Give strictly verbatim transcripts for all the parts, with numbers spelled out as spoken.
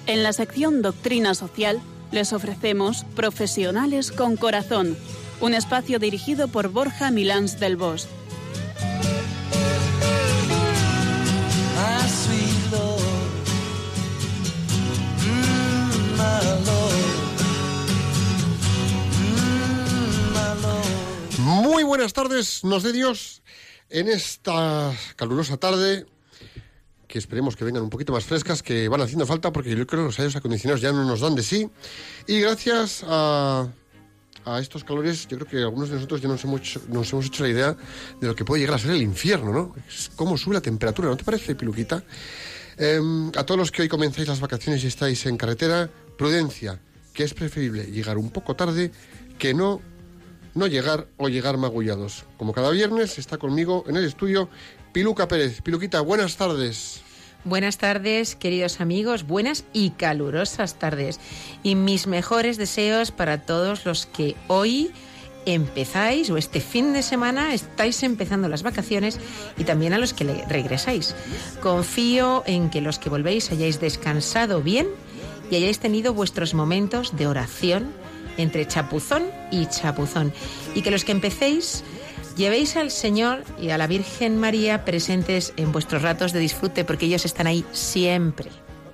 En la sección Doctrina Social les ofrecemos Profesionales con Corazón, un espacio dirigido por Borja Milans del Bosch. Muy buenas tardes, nos dé Dios, en esta calurosa tarde, que esperemos que vengan un poquito más frescas, que van haciendo falta, porque yo creo que los aires acondicionados ya no nos dan de sí. Y gracias a, a estos calores, yo creo que algunos de nosotros ya nos hemos, nos hemos hecho la idea de lo que puede llegar a ser el infierno, ¿no? Es cómo sube la temperatura, ¿no te parece, Piluquita? Eh, a todos los que hoy comenzáis las vacaciones y estáis en carretera, prudencia, que es preferible llegar un poco tarde que no... no llegar o llegar magullados. Como cada viernes está conmigo en el estudio Piluca Pérez. Piluquita, buenas tardes. Buenas tardes, queridos amigos, buenas y calurosas tardes. Y mis mejores deseos para todos los que hoy empezáis o este fin de semana estáis empezando las vacaciones y también a los que le regresáis. Confío en que los que volvéis hayáis descansado bien y hayáis tenido vuestros momentos de oración entre chapuzón y chapuzón, y que los que empecéis llevéis al Señor y a la Virgen María presentes en vuestros ratos de disfrute, porque ellos están ahí siempre.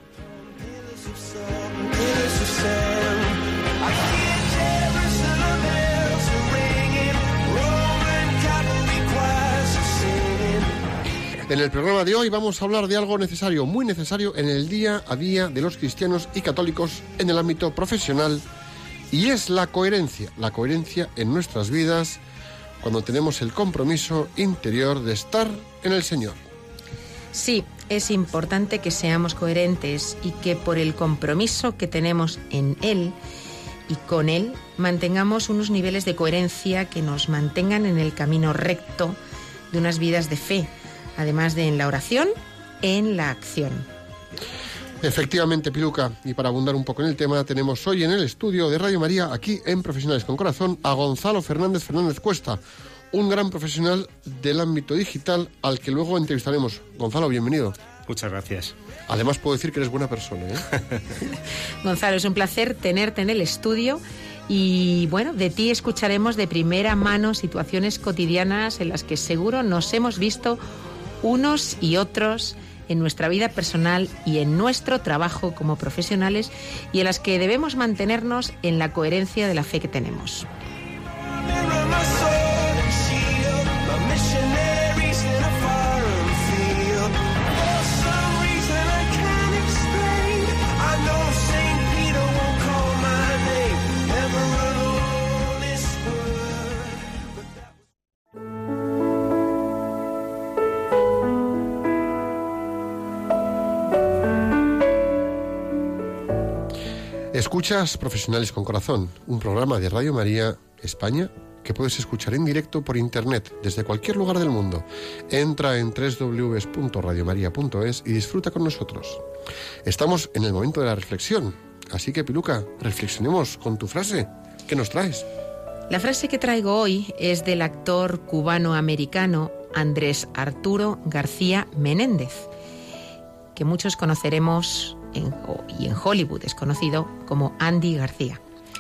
En el programa de hoy vamos a hablar de algo necesario, muy necesario en el día a día de los cristianos y católicos en el ámbito profesional. Y es la coherencia, la coherencia en nuestras vidas cuando tenemos el compromiso interior de estar en el Señor. Sí, es importante que seamos coherentes y que por el compromiso que tenemos en Él y con Él mantengamos unos niveles de coherencia que nos mantengan en el camino recto de unas vidas de fe, además de en la oración, en la acción. Efectivamente, Piluca, y para abundar un poco en el tema, tenemos hoy en el estudio de Radio María, aquí en Profesionales con Corazón, a Gonzalo Fernández Fernández Cuesta, un gran profesional del ámbito digital al que luego entrevistaremos. Gonzalo, bienvenido. Muchas gracias. Además puedo decir que eres buena persona, ¿eh? Gonzalo, es un placer tenerte en el estudio y, bueno, de ti escucharemos de primera mano situaciones cotidianas en las que seguro nos hemos visto unos y otros en nuestra vida personal y en nuestro trabajo como profesionales, y en las que debemos mantenernos en la coherencia de la fe que tenemos. Escuchas Profesionales con Corazón, un programa de Radio María España que puedes escuchar en directo por internet desde cualquier lugar del mundo. Entra en doble u doble u doble u punto radio maría punto es y disfruta con nosotros. Estamos en el momento de la reflexión, así que, Piluca, reflexionemos con tu frase. ¿Qué nos traes? La frase que traigo hoy es del actor cubano-americano Andrés Arturo García Menéndez, que muchos conoceremos en, y en Hollywood es conocido como Andy García.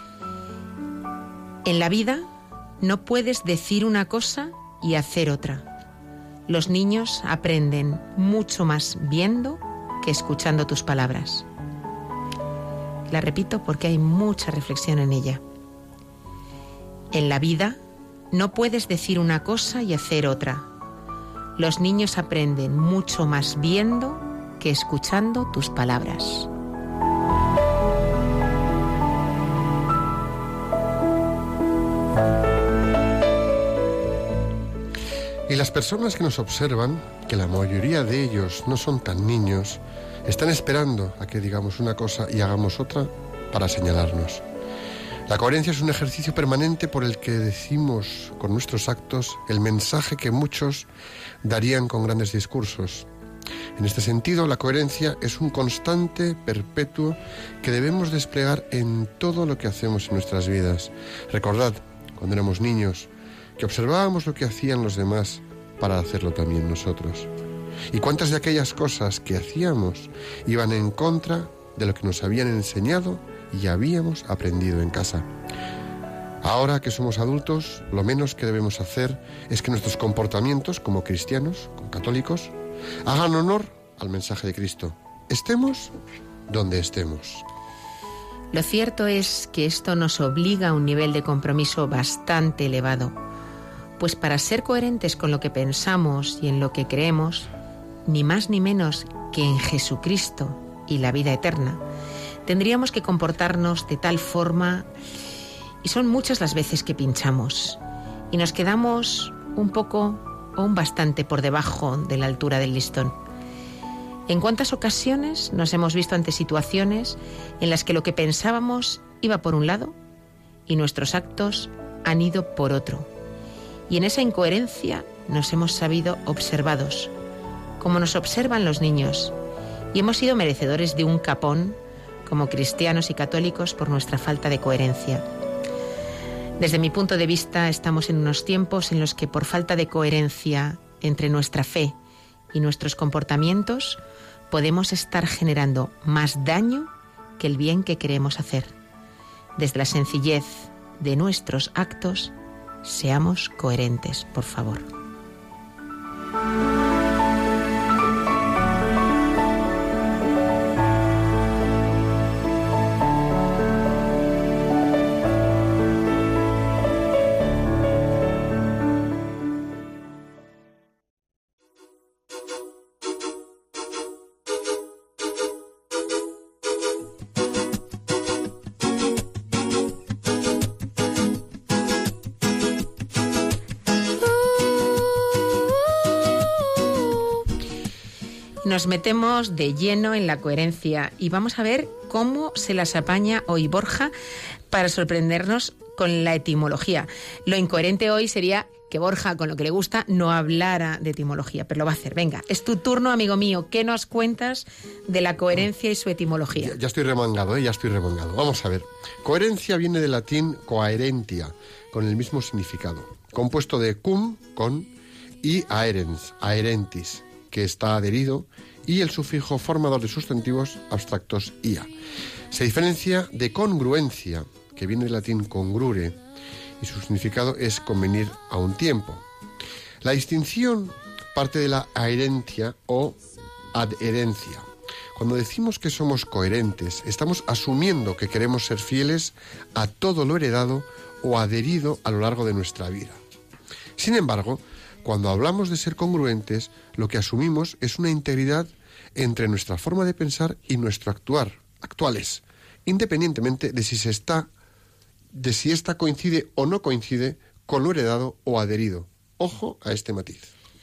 En la vida no puedes decir una cosa y hacer otra. Los niños aprenden mucho más viendo que escuchando tus palabras. La repito porque hay mucha reflexión en ella. En la vida no puedes decir una cosa y hacer otra. Los niños aprenden mucho más viendo que escuchando tus palabras. Y las personas que nos observan, que la mayoría de ellos no son tan niños, están esperando a que digamos una cosa y hagamos otra para señalarnos. La coherencia es un ejercicio permanente por el que decimos con nuestros actos el mensaje que muchos darían con grandes discursos. En este sentido, la coherencia es un constante, perpetuo, que debemos desplegar en todo lo que hacemos en nuestras vidas. Recordad, cuando éramos niños, que observábamos lo que hacían los demás para hacerlo también nosotros. Y cuántas de aquellas cosas que hacíamos iban en contra de lo que nos habían enseñado y habíamos aprendido en casa. Ahora que somos adultos, lo menos que debemos hacer es que nuestros comportamientos como cristianos, como católicos, hagan honor al mensaje de Cristo. Estemos donde estemos. Lo cierto es que esto nos obliga a un nivel de compromiso bastante elevado, pues para ser coherentes con lo que pensamos y en lo que creemos, ni más ni menos que en Jesucristo y la vida eterna, tendríamos que comportarnos de tal forma, y son muchas las veces que pinchamos, y nos quedamos un poco o un bastante por debajo de la altura del listón. ¿En cuántas ocasiones nos hemos visto ante situaciones en las que lo que pensábamos iba por un lado y nuestros actos han ido por otro? Y en esa incoherencia nos hemos sabido observados, como nos observan los niños, y hemos sido merecedores de un capón como cristianos y católicos por nuestra falta de coherencia. Desde mi punto de vista, estamos en unos tiempos en los que por falta de coherencia entre nuestra fe y nuestros comportamientos, podemos estar generando más daño que el bien que queremos hacer. Desde la sencillez de nuestros actos, seamos coherentes, por favor. Nos metemos de lleno en la coherencia y vamos a ver cómo se las apaña hoy Borja para sorprendernos con la etimología. Lo incoherente hoy sería que Borja, con lo que le gusta, no hablara de etimología, pero lo va a hacer. Venga, es tu turno, amigo mío. ¿Qué nos cuentas de la coherencia y su etimología? Ya, ya estoy remangado, ¿eh? ya estoy remangado. Vamos a ver. Coherencia viene del latín coherentia, con el mismo significado. Compuesto de cum, con, y aerens, aerentis, que está adherido, y el sufijo formador de sustantivos abstractos ia. Se diferencia de congruencia, que viene del latín congrure, y su significado es convenir a un tiempo. La distinción parte de la aherentia o adherencia. Cuando decimos que somos coherentes, estamos asumiendo que queremos ser fieles a todo lo heredado o adherido a lo largo de nuestra vida. Sin embargo, cuando hablamos de ser congruentes, lo que asumimos es una integridad entre nuestra forma de pensar y nuestro actuar, actuales, independientemente de si se está, de si esta coincide o no coincide con lo heredado o adherido. Ojo a este matiz.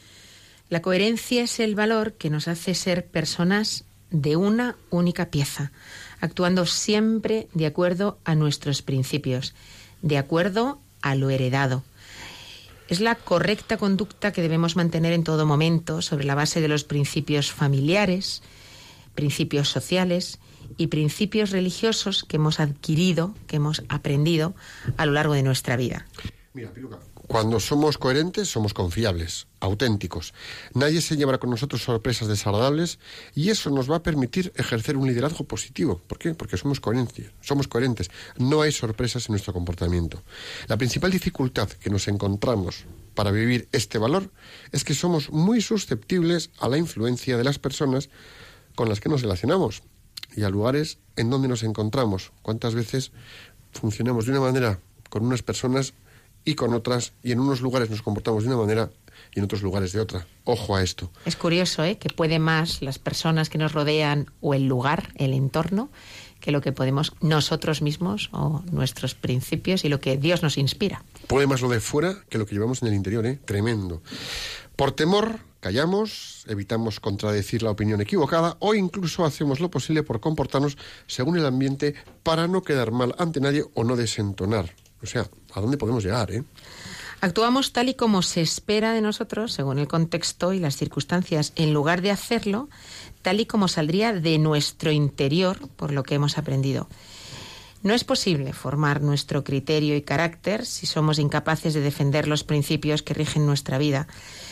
La coherencia es el valor que nos hace ser personas de una única pieza, actuando siempre de acuerdo a nuestros principios, de acuerdo a lo heredado. Es la correcta conducta que debemos mantener en todo momento sobre la base de los principios familiares, principios sociales y principios religiosos que hemos adquirido, que hemos aprendido a lo largo de nuestra vida. Mira, Piluca, cuando somos coherentes, somos confiables, auténticos. Nadie se llevará con nosotros sorpresas desagradables y eso nos va a permitir ejercer un liderazgo positivo. ¿Por qué? Porque somos coherentes, somos coherentes. No hay sorpresas en nuestro comportamiento. La principal dificultad que nos encontramos para vivir este valor es que somos muy susceptibles a la influencia de las personas con las que nos relacionamos y a lugares en donde nos encontramos. ¿Cuántas veces funcionamos de una manera con unas personas y con otras, y en unos lugares nos comportamos de una manera y en otros lugares de otra? Ojo a esto. Es curioso, ¿eh?, que puede más las personas que nos rodean o el lugar, el entorno, que lo que podemos nosotros mismos o nuestros principios y lo que Dios nos inspira. Puede más lo de fuera que lo que llevamos en el interior, ¿eh? Tremendo. Por temor, callamos, evitamos contradecir la opinión equivocada o incluso hacemos lo posible por comportarnos según el ambiente para no quedar mal ante nadie o no desentonar. O sea, ¿a dónde podemos llegar, eh? Actuamos tal y como se espera de nosotros, según el contexto y las circunstancias, en lugar de hacerlo tal y como saldría de nuestro interior por lo que hemos aprendido. No es posible formar nuestro criterio y carácter si somos incapaces de defender los principios que rigen nuestra vida.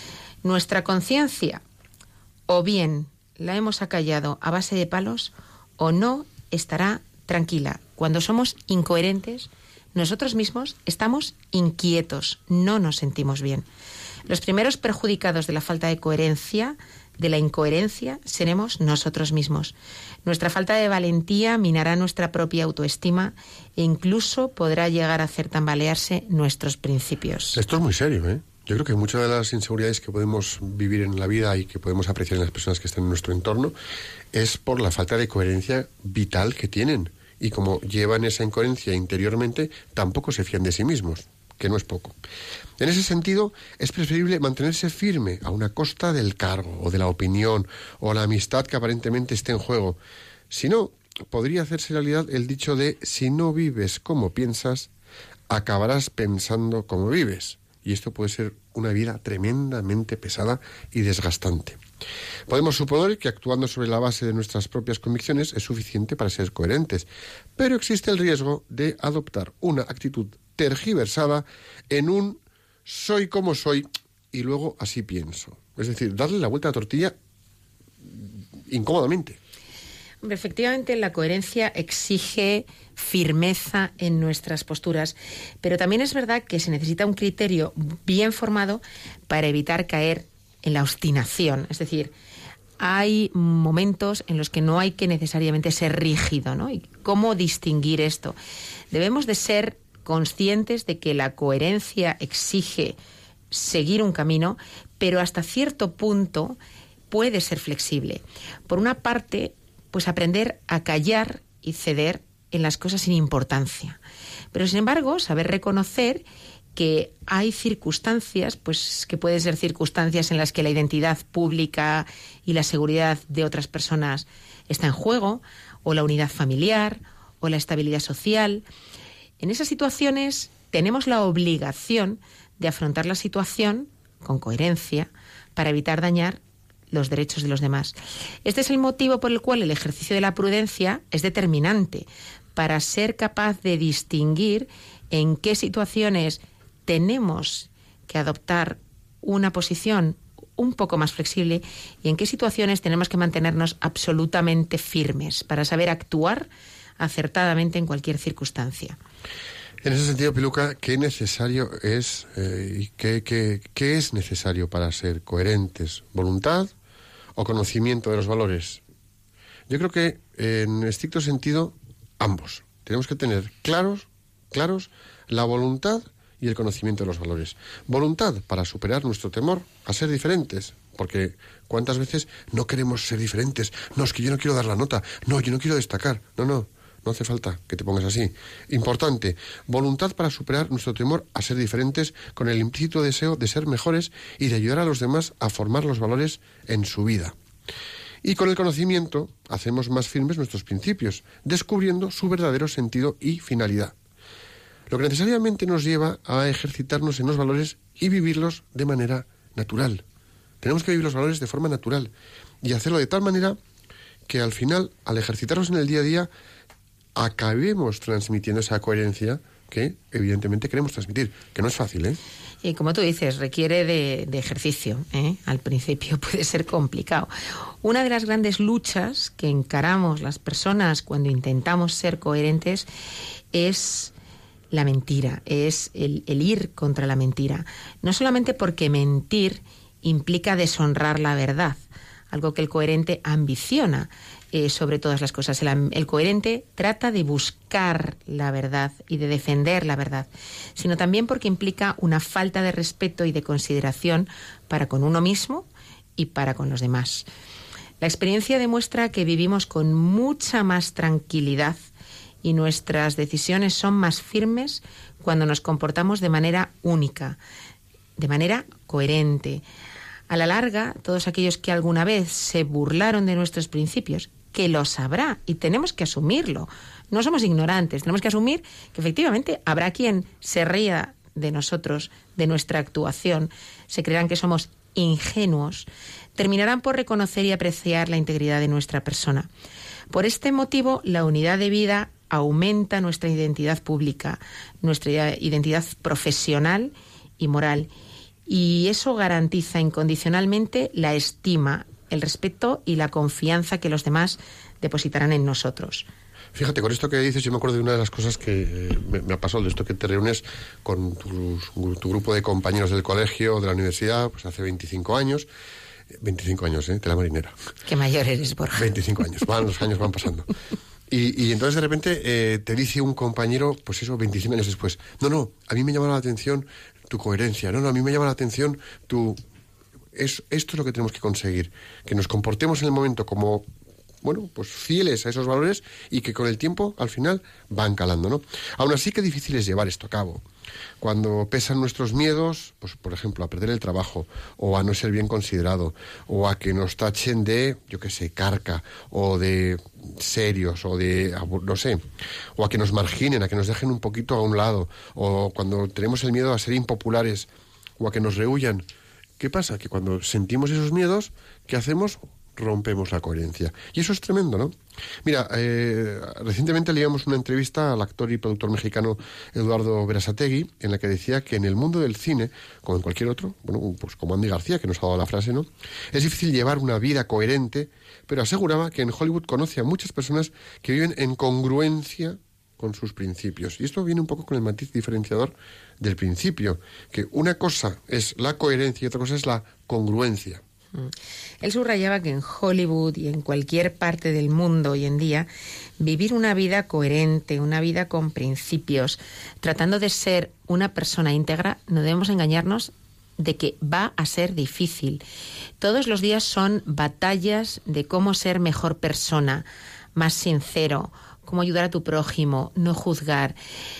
Nuestra conciencia, o bien la hemos acallado a base de palos, o no estará tranquila. Cuando somos incoherentes, nosotros mismos estamos inquietos, no nos sentimos bien. Los primeros perjudicados de la falta de coherencia, de la incoherencia, seremos nosotros mismos. Nuestra falta de valentía minará nuestra propia autoestima e incluso podrá llegar a hacer tambalearse nuestros principios. Esto es muy serio, ¿eh? Yo creo que muchas de las inseguridades que podemos vivir en la vida y que podemos apreciar en las personas que están en nuestro entorno es por la falta de coherencia vital que tienen. Y como llevan esa incoherencia interiormente, tampoco se fían de sí mismos, que no es poco. En ese sentido, es preferible mantenerse firme a una costa del cargo o de la opinión o la amistad que aparentemente esté en juego. Si no, podría hacerse realidad el dicho de si no vives como piensas, acabarás pensando como vives. Y esto puede ser una vida tremendamente pesada y desgastante. Podemos suponer que actuando sobre la base de nuestras propias convicciones es suficiente para ser coherentes, pero existe el riesgo de adoptar una actitud tergiversada en un soy como soy y luego así pienso. Es decir, darle la vuelta a la tortilla incómodamente. Efectivamente, la coherencia exige firmeza en nuestras posturas, pero también es verdad que se necesita un criterio bien formado para evitar caer en la obstinación. Es decir, hay momentos en los que no hay que necesariamente ser rígido, ¿no? ¿Y cómo distinguir esto? Debemos de ser conscientes de que la coherencia exige seguir un camino, pero hasta cierto punto puede ser flexible. Por una parte, pues aprender a callar y ceder en las cosas sin importancia. Pero, sin embargo, saber reconocer que hay circunstancias, pues que pueden ser circunstancias en las que la identidad pública y la seguridad de otras personas está en juego, o la unidad familiar, o la estabilidad social. En esas situaciones tenemos la obligación de afrontar la situación con coherencia para evitar dañar los derechos de los demás. Este es el motivo por el cual el ejercicio de la prudencia es determinante para ser capaz de distinguir en qué situaciones tenemos que adoptar una posición un poco más flexible y en qué situaciones tenemos que mantenernos absolutamente firmes para saber actuar acertadamente en cualquier circunstancia. En ese sentido, Piluca, ¿qué necesario es eh, y qué, qué, qué es necesario para ser coherentes? ¿Voluntad o conocimiento de los valores? Yo creo que, en estricto sentido, ambos. Tenemos que tener claros, claros la voluntad y el conocimiento de los valores. Voluntad para superar nuestro temor a ser diferentes, porque ¿cuántas veces no queremos ser diferentes? No, es que yo no quiero dar la nota, no, yo no quiero destacar. No, no, no hace falta que te pongas así. Importante, voluntad para superar nuestro temor a ser diferentes con el implícito deseo de ser mejores y de ayudar a los demás a formar los valores en su vida. Y con el conocimiento hacemos más firmes nuestros principios, descubriendo su verdadero sentido y finalidad. Lo que necesariamente nos lleva a ejercitarnos en los valores y vivirlos de manera natural. Tenemos que vivir los valores de forma natural y hacerlo de tal manera que al final, al ejercitarlos en el día a día, acabemos transmitiendo esa coherencia que evidentemente queremos transmitir, que no es fácil, ¿eh? Y como tú dices, requiere de, de ejercicio, ¿eh? Al principio puede ser complicado. Una de las grandes luchas que encaramos las personas cuando intentamos ser coherentes es la mentira, es el, el ir contra la mentira. No solamente porque mentir implica deshonrar la verdad, algo que el coherente ambiciona eh, sobre todas las cosas. El, el coherente trata de buscar la verdad y de defender la verdad, sino también porque implica una falta de respeto y de consideración para con uno mismo y para con los demás. La experiencia demuestra que vivimos con mucha más tranquilidad y nuestras decisiones son más firmes cuando nos comportamos de manera única, de manera coherente. A la larga, todos aquellos que alguna vez se burlaron de nuestros principios, que lo sabrá y tenemos que asumirlo. No somos ignorantes, tenemos que asumir que efectivamente habrá quien se ría de nosotros, de nuestra actuación, se creerán que somos ingenuos, terminarán por reconocer y apreciar la integridad de nuestra persona. Por este motivo, la unidad de vida aumenta nuestra identidad pública, nuestra identidad profesional y moral. Y eso garantiza incondicionalmente la estima el respeto y la confianza que los demás depositarán en nosotros. Fíjate, con esto que dices, yo me acuerdo de una de las cosas que eh, me, me ha pasado, de esto que te reúnes con tus, tu grupo de compañeros del colegio, de la universidad, pues hace veinticinco años. veinticinco años, ¿eh? De la marinera. Qué mayor eres, Borja. veinticinco años, van, los años van pasando. Y, y entonces de repente eh, te dice un compañero, pues eso, veinticinco años después, no, no, a mí me llama la atención tu coherencia, no, no, a mí me llama la atención tu... Es, esto es lo que tenemos que conseguir, que nos comportemos en el momento como... bueno, pues fieles a esos valores y que con el tiempo, al final, van calando, ¿no? Aún así, qué difícil es llevar esto a cabo. Cuando pesan nuestros miedos, pues por ejemplo, a perder el trabajo, o a no ser bien considerado, o a que nos tachen de, yo qué sé, carca, o de serios, o de, no sé, o a que nos marginen, a que nos dejen un poquito a un lado, o cuando tenemos el miedo a ser impopulares, o a que nos rehuyan. ¿Qué pasa? Que cuando sentimos esos miedos, ¿qué hacemos? Rompemos la coherencia. Y eso es tremendo, ¿no? Mira, eh, recientemente leíamos una entrevista al actor y productor mexicano Eduardo Berasategui, en la que decía que en el mundo del cine, como en cualquier otro, bueno, pues como Andy García, que nos ha dado la frase, ¿no? Es difícil llevar una vida coherente, pero aseguraba que en Hollywood conoce a muchas personas que viven en congruencia con sus principios. Y esto viene un poco con el matiz diferenciador del principio, que una cosa es la coherencia y otra cosa es la congruencia. Él subrayaba que en Hollywood y en cualquier parte del mundo hoy en día, vivir una vida coherente, una vida con principios, tratando de ser una persona íntegra, no debemos engañarnos de que va a ser difícil. Todos los días son batallas de cómo ser mejor persona, más sincero, cómo ayudar a tu prójimo, no juzgar.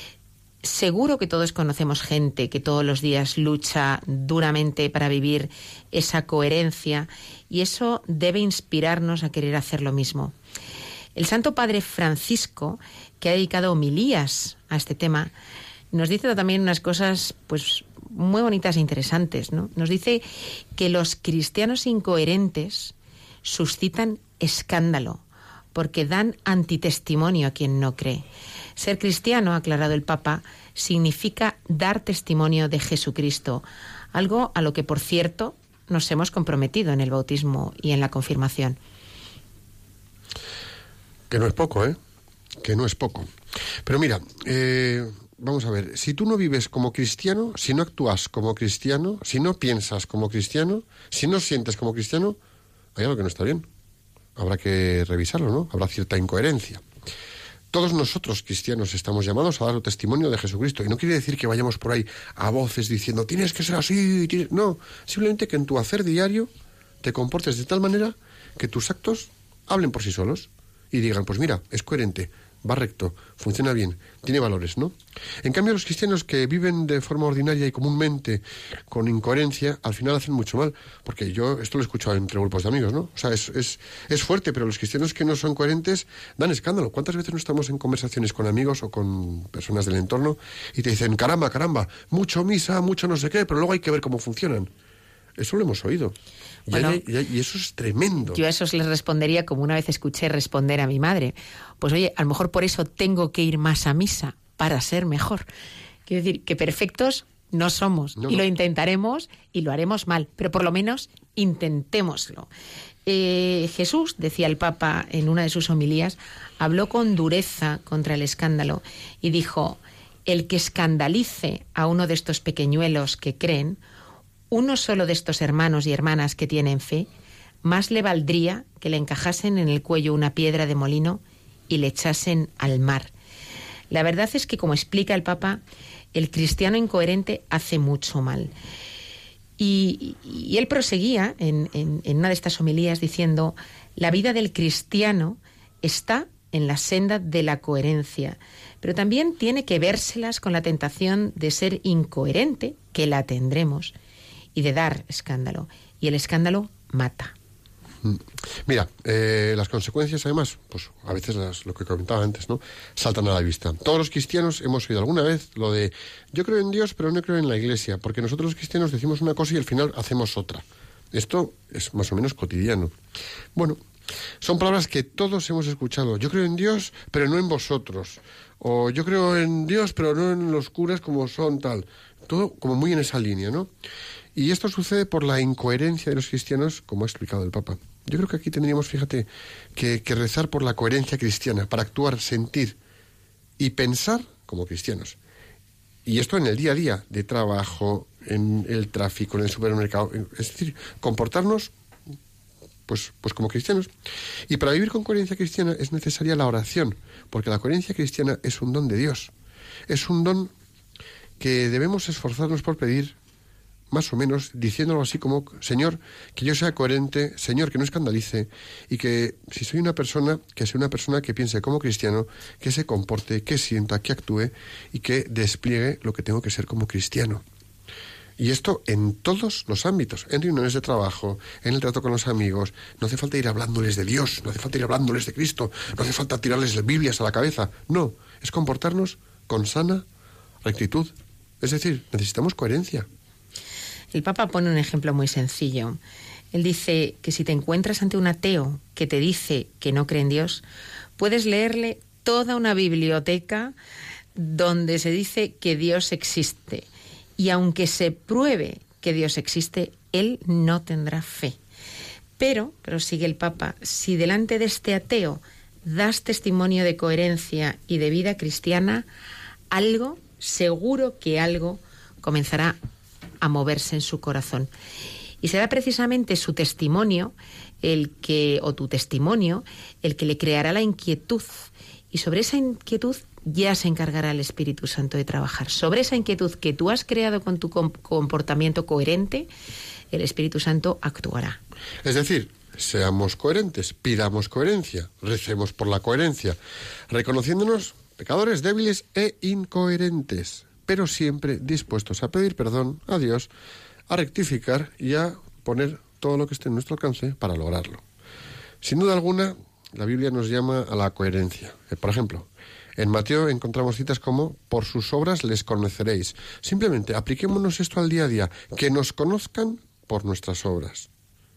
Seguro que todos conocemos gente que todos los días lucha duramente para vivir esa coherencia y eso debe inspirarnos a querer hacer lo mismo. El Santo Padre Francisco, que ha dedicado homilías a este tema, nos dice también unas cosas pues muy bonitas e interesantes, ¿no? Nos dice que los cristianos incoherentes suscitan escándalo porque dan antitestimonio a quien no cree. Ser cristiano, ha aclarado el Papa, significa dar testimonio de Jesucristo, algo a lo que, por cierto, nos hemos comprometido en el bautismo y en la confirmación. Que no es poco, ¿eh? Que no es poco. Pero mira, eh, vamos a ver, si tú no vives como cristiano, si no actúas como cristiano, si no piensas como cristiano, si no sientes como cristiano, hay algo que no está bien. Habrá que revisarlo, ¿no? Habrá cierta incoherencia. Todos nosotros, cristianos, estamos llamados a dar testimonio de Jesucristo. Y no quiere decir que vayamos por ahí a voces diciendo, tienes que ser así, tienes... no. Simplemente que en tu hacer diario te comportes de tal manera que tus actos hablen por sí solos y digan, pues mira, es coherente, va recto, funciona bien, tiene valores, ¿no? En cambio, los cristianos que viven de forma ordinaria y comúnmente con incoherencia, al final hacen mucho mal, porque yo esto lo he escuchado entre grupos de amigos, ¿no? O sea, es, es, es fuerte, pero los cristianos que no son coherentes dan escándalo. ¿Cuántas veces no estamos en conversaciones con amigos o con personas del entorno y te dicen, caramba, caramba, mucho misa, mucho no sé qué, pero luego hay que ver cómo funcionan? Eso lo hemos oído. Y, bueno, hay, y, hay, y eso es tremendo. Yo a esos les respondería como una vez escuché responder a mi madre. Pues oye, a lo mejor por eso tengo que ir más a misa, para ser mejor. Quiero decir, que perfectos no somos. No, y no. Lo intentaremos y lo haremos mal. Pero por lo menos intentémoslo. Eh, Jesús, decía el Papa en una de sus homilías, habló con dureza contra el escándalo y dijo, el que escandalice a uno de estos pequeñuelos que creen, uno solo de estos hermanos y hermanas que tienen fe, más le valdría que le encajasen en el cuello una piedra de molino y le echasen al mar. La verdad es que, como explica el Papa, el cristiano incoherente hace mucho mal. Y, y él proseguía en, en, en una de estas homilías diciendo, la vida del cristiano está en la senda de la coherencia, pero también tiene que vérselas con la tentación de ser incoherente, que la tendremos, y de dar escándalo. Y el escándalo mata. Mira, eh, las consecuencias, además, pues a veces las, lo que comentaba antes, ¿no? Saltan a la vista. Todos los cristianos hemos oído alguna vez lo de yo creo en Dios, pero no creo en la Iglesia, porque nosotros los cristianos decimos una cosa y al final hacemos otra. Esto es más o menos cotidiano. Bueno, son palabras que todos hemos escuchado. Yo creo en Dios, pero no en vosotros. O yo creo en Dios, pero no en los curas como son tal. Todo como muy en esa línea, ¿no? Y esto sucede por la incoherencia de los cristianos, como ha explicado el Papa. Yo creo que aquí tendríamos, fíjate, que, que rezar por la coherencia cristiana, para actuar, sentir y pensar como cristianos. Y esto en el día a día, de trabajo, en el tráfico, en el supermercado, es decir, comportarnos pues, pues como cristianos. Y para vivir con coherencia cristiana es necesaria la oración, porque la coherencia cristiana es un don de Dios. Es un don que debemos esforzarnos por pedir, más o menos, diciéndolo así como: Señor, que yo sea coherente, Señor, que no escandalice, y que si soy una persona, que sea una persona que piense como cristiano, que se comporte, que sienta, que actúe y que despliegue lo que tengo que ser como cristiano. Y esto en todos los ámbitos, en reuniones de trabajo, en el trato con los amigos. No hace falta ir hablándoles de Dios, no hace falta ir hablándoles de Cristo, no hace falta tirarles Biblias a la cabeza. No, es comportarnos con sana rectitud. Es decir, necesitamos coherencia. El Papa pone un ejemplo muy sencillo. Él dice que si te encuentras ante un ateo que te dice que no cree en Dios, puedes leerle toda una biblioteca donde se dice que Dios existe. Y aunque se pruebe que Dios existe, él no tendrá fe. Pero, pero sigue el Papa, si delante de este ateo das testimonio de coherencia y de vida cristiana, algo, seguro que algo, comenzará a moverse en su corazón. Y será precisamente su testimonio, el que, o tu testimonio, el que le creará la inquietud. Y sobre esa inquietud ya se encargará el Espíritu Santo de trabajar. Sobre esa inquietud que tú has creado con tu comportamiento coherente, el Espíritu Santo actuará. Es decir, seamos coherentes, pidamos coherencia, recemos por la coherencia, reconociéndonos pecadores débiles e incoherentes, pero siempre dispuestos a pedir perdón a Dios, a rectificar y a poner todo lo que esté en nuestro alcance para lograrlo. Sin duda alguna, la Biblia nos llama a la coherencia. Por ejemplo, en Mateo encontramos citas como: por sus obras les conoceréis. Simplemente apliquémonos esto al día a día, que nos conozcan por nuestras obras.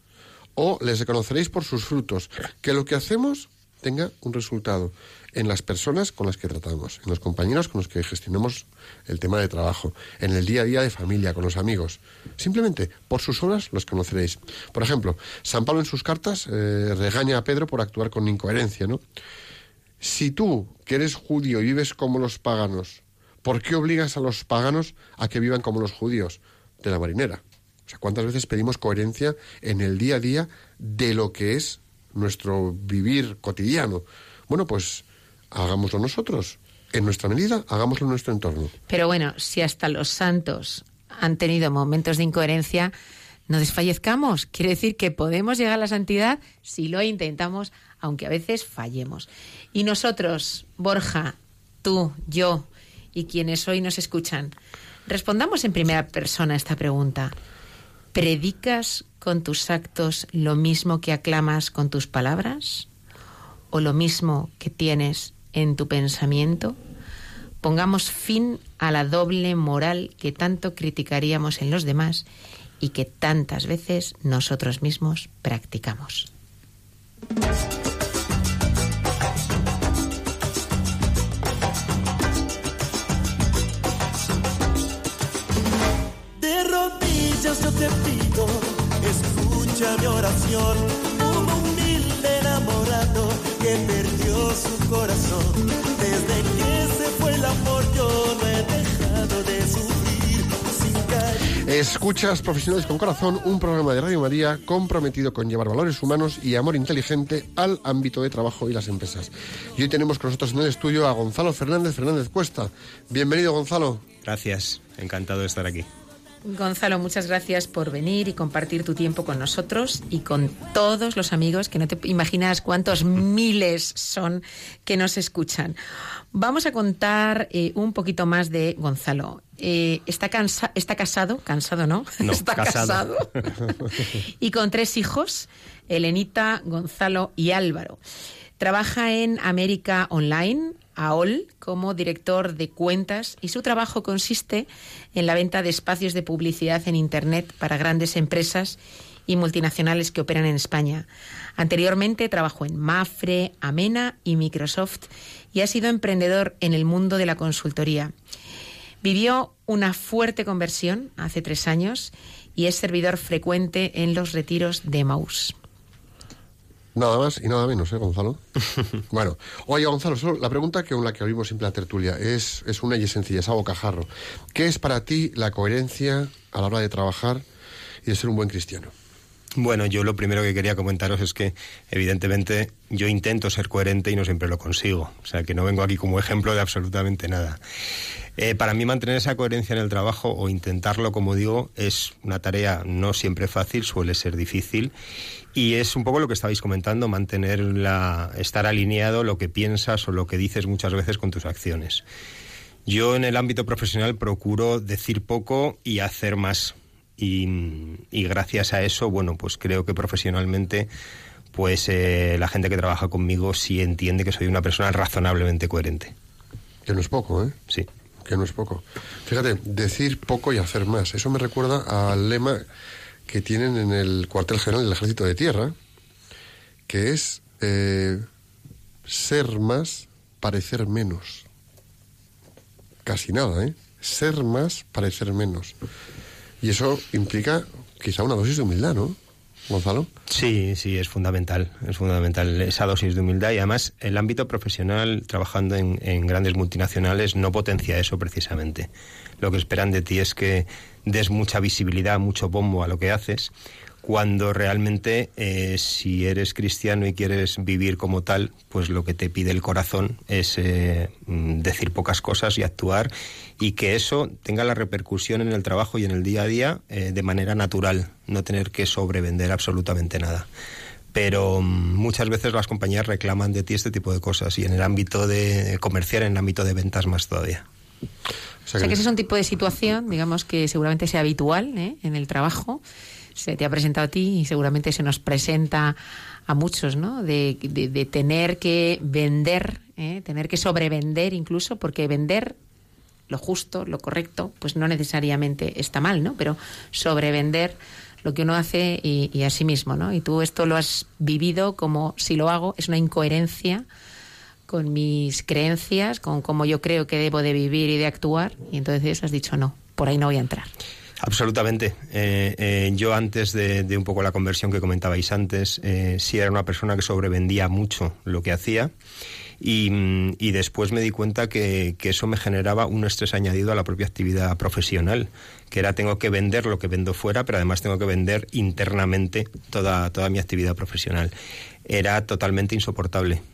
O les conoceréis por sus frutos, que lo que hacemos tenga un resultado en las personas con las que tratamos, en los compañeros con los que gestionamos el tema de trabajo, en el día a día de familia, con los amigos. Simplemente, por sus obras los conoceréis. Por ejemplo, San Pablo en sus cartas eh, regaña a Pedro por actuar con incoherencia, ¿no? Si tú, que eres judío y vives como los paganos, ¿por qué obligas a los paganos a que vivan como los judíos? De la marinera. O sea, ¿cuántas veces pedimos coherencia en el día a día de lo que es nuestro vivir cotidiano? Bueno, pues hagámoslo nosotros. En nuestra medida, hagámoslo en nuestro entorno. Pero bueno, si hasta los santos han tenido momentos de incoherencia, no desfallezcamos. Quiere decir que podemos llegar a la santidad si lo intentamos, aunque a veces fallemos. Y nosotros, Borja, tú, yo y quienes hoy nos escuchan, respondamos en primera persona a esta pregunta. ¿Predicas con tus actos lo mismo que aclamas con tus palabras? ¿O lo mismo que tienes en tu pensamiento? Pongamos fin a la doble moral que tanto criticaríamos en los demás y que tantas veces nosotros mismos practicamos. De rodillas yo te pido, escucha mi oración, un humilde enamorado que perdió su corazón. Desde que se fue el amor yo no he dejado de sufrir sin cariño. Escuchas Profesionales con Corazón, un programa de Radio María comprometido con llevar valores humanos y amor inteligente al ámbito de trabajo y las empresas. Y hoy tenemos con nosotros en el estudio a Gonzalo Fernández Fernández Cuesta. Bienvenido, Gonzalo. Gracias, encantado de estar aquí. Gonzalo, muchas gracias por venir y compartir tu tiempo con nosotros y con todos los amigos, que no te imaginas cuántos miles son que nos escuchan. Vamos a contar eh, un poquito más de Gonzalo. Eh, está, cansa está casado, cansado no, no está casado, casado y con tres hijos, Elenita, Gonzalo y Álvaro. Trabaja en América Online, A O L, como director de cuentas, y su trabajo consiste en la venta de espacios de publicidad en Internet para grandes empresas y multinacionales que operan en España. Anteriormente trabajó en Mafre, Amena y Microsoft y ha sido emprendedor en el mundo de la consultoría. Vivió una fuerte conversión hace tres años y es servidor frecuente en los retiros de Emmaús. Nada más y nada menos, ¿eh, Gonzalo? Bueno, oye, Gonzalo, solo la pregunta que con la que abrimos siempre la tertulia es, es una y es sencilla, es a bocajarro. ¿Qué es para ti la coherencia a la hora de trabajar y de ser un buen cristiano? Bueno, yo lo primero que quería comentaros es que, evidentemente, yo intento ser coherente y no siempre lo consigo. O sea, que no vengo aquí como ejemplo de absolutamente nada. Eh, para mí mantener esa coherencia en el trabajo, o intentarlo, como digo, es una tarea no siempre fácil, suele ser difícil. Y es un poco lo que estabais comentando, mantener la, estar alineado lo que piensas o lo que dices muchas veces con tus acciones. Yo en el ámbito profesional procuro decir poco y hacer más. Y, y gracias a eso, bueno, pues creo que profesionalmente, pues eh, la gente que trabaja conmigo sí entiende que soy una persona razonablemente coherente. Que no es poco, ¿eh? Sí. Que no es poco. Fíjate, decir poco y hacer más. Eso me recuerda al lema que tienen en el cuartel general del Ejército de Tierra, que es eh, ser más, parecer menos. Casi nada, ¿eh? Ser más, parecer menos. Y eso implica quizá una dosis de humildad, ¿no, Gonzalo? Sí, sí, es fundamental, es fundamental esa dosis de humildad, y además el ámbito profesional, trabajando en, en grandes multinacionales, no potencia eso precisamente. Lo que esperan de ti es que des mucha visibilidad, mucho bombo a lo que haces, cuando realmente eh, si eres cristiano y quieres vivir como tal, pues lo que te pide el corazón es eh, decir pocas cosas y actuar, y que eso tenga la repercusión en el trabajo y en el día a día eh, de manera natural, no tener que sobrevender absolutamente nada. Pero um, muchas veces las compañías reclaman de ti este tipo de cosas, y en el ámbito de comercial, en el ámbito de ventas más todavía. O sea, que ese es un tipo de situación, digamos, que seguramente sea habitual, ¿eh?, en el trabajo. Se te ha presentado a ti y seguramente se nos presenta a muchos, ¿no? De, de, de tener que vender, ¿eh? tener que sobrevender incluso, porque vender lo justo, lo correcto, pues no necesariamente está mal, ¿no? Pero sobrevender lo que uno hace y, y a sí mismo, ¿no? Y tú esto lo has vivido como, si lo hago, es una incoherencia con mis creencias, con cómo yo creo que debo de vivir y de actuar, y entonces has dicho, no, por ahí no voy a entrar. Absolutamente. Eh, eh, yo antes de, de un poco la conversión que comentabais antes, eh, sí era una persona que sobrevendía mucho lo que hacía, y, y después me di cuenta que, que eso me generaba un estrés añadido a la propia actividad profesional, que era tengo que vender lo que vendo fuera, pero además tengo que vender internamente toda, toda mi actividad profesional. Era totalmente insoportable.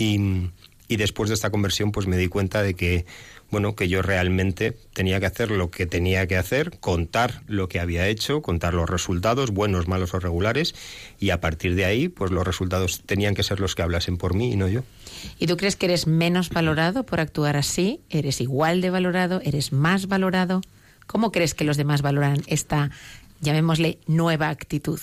Y, y después de esta conversión pues me di cuenta de que bueno, que yo realmente tenía que hacer lo que tenía que hacer, contar lo que había hecho, contar los resultados, buenos, malos o regulares, y a partir de ahí, pues los resultados tenían que ser los que hablasen por mí y no yo. ¿Y tú crees que eres menos valorado por actuar así? ¿Eres igual de valorado? ¿Eres más valorado? ¿Cómo crees que los demás valoran esta, llamémosle, nueva actitud?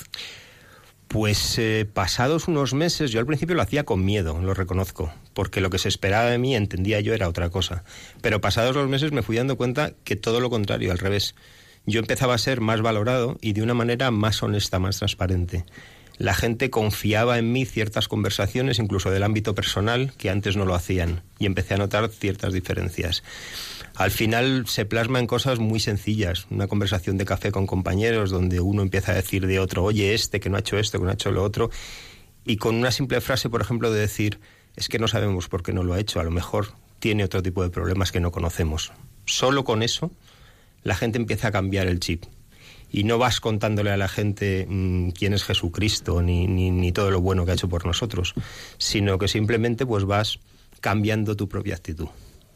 Pues eh, pasados unos meses, yo al principio lo hacía con miedo, lo reconozco, porque lo que se esperaba de mí, entendía yo, era otra cosa. Pero pasados los meses me fui dando cuenta que todo lo contrario, al revés. Yo empezaba a ser más valorado y de una manera más honesta, más transparente. La gente confiaba en mí ciertas conversaciones, incluso del ámbito personal, que antes no lo hacían, y empecé a notar ciertas diferencias. Al final se plasma en cosas muy sencillas, una conversación de café con compañeros donde uno empieza a decir de otro, oye, este que no ha hecho esto, que no ha hecho lo otro, y con una simple frase, por ejemplo, de decir, es que no sabemos por qué no lo ha hecho, a lo mejor tiene otro tipo de problemas que no conocemos. Solo con eso la gente empieza a cambiar el chip. Y no vas contándole a la gente mmm, quién es Jesucristo ni, ni, ni todo lo bueno que ha hecho por nosotros, sino que simplemente pues vas cambiando tu propia actitud.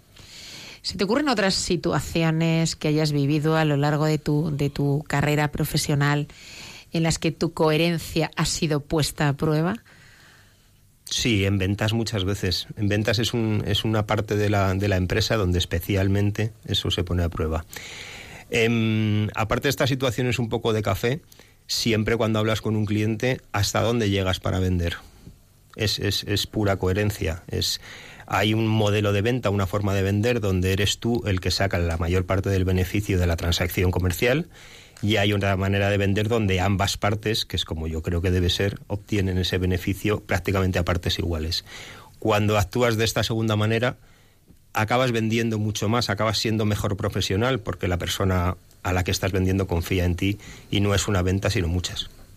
¿Se te ocurren otras situaciones que hayas vivido a lo largo de tu, de tu carrera profesional en las que tu coherencia ha sido puesta a prueba? Sí, en ventas muchas veces. En ventas es, un, es una parte de la, de la empresa donde especialmente eso se pone a prueba. Eh, aparte de estas situaciones un poco de café, siempre cuando hablas con un cliente, ¿hasta dónde llegas para vender? Es, es, es pura coherencia. Es, hay un modelo de venta, una forma de vender donde eres tú el que saca la mayor parte del beneficio de la transacción comercial, y hay una manera de vender donde ambas partes, que es como yo creo que debe ser, obtienen ese beneficio prácticamente a partes iguales. Cuando actúas de esta segunda manera, acabas vendiendo mucho más, acabas siendo mejor profesional, porque la persona a la que estás vendiendo confía en ti y no es una venta, sino muchas.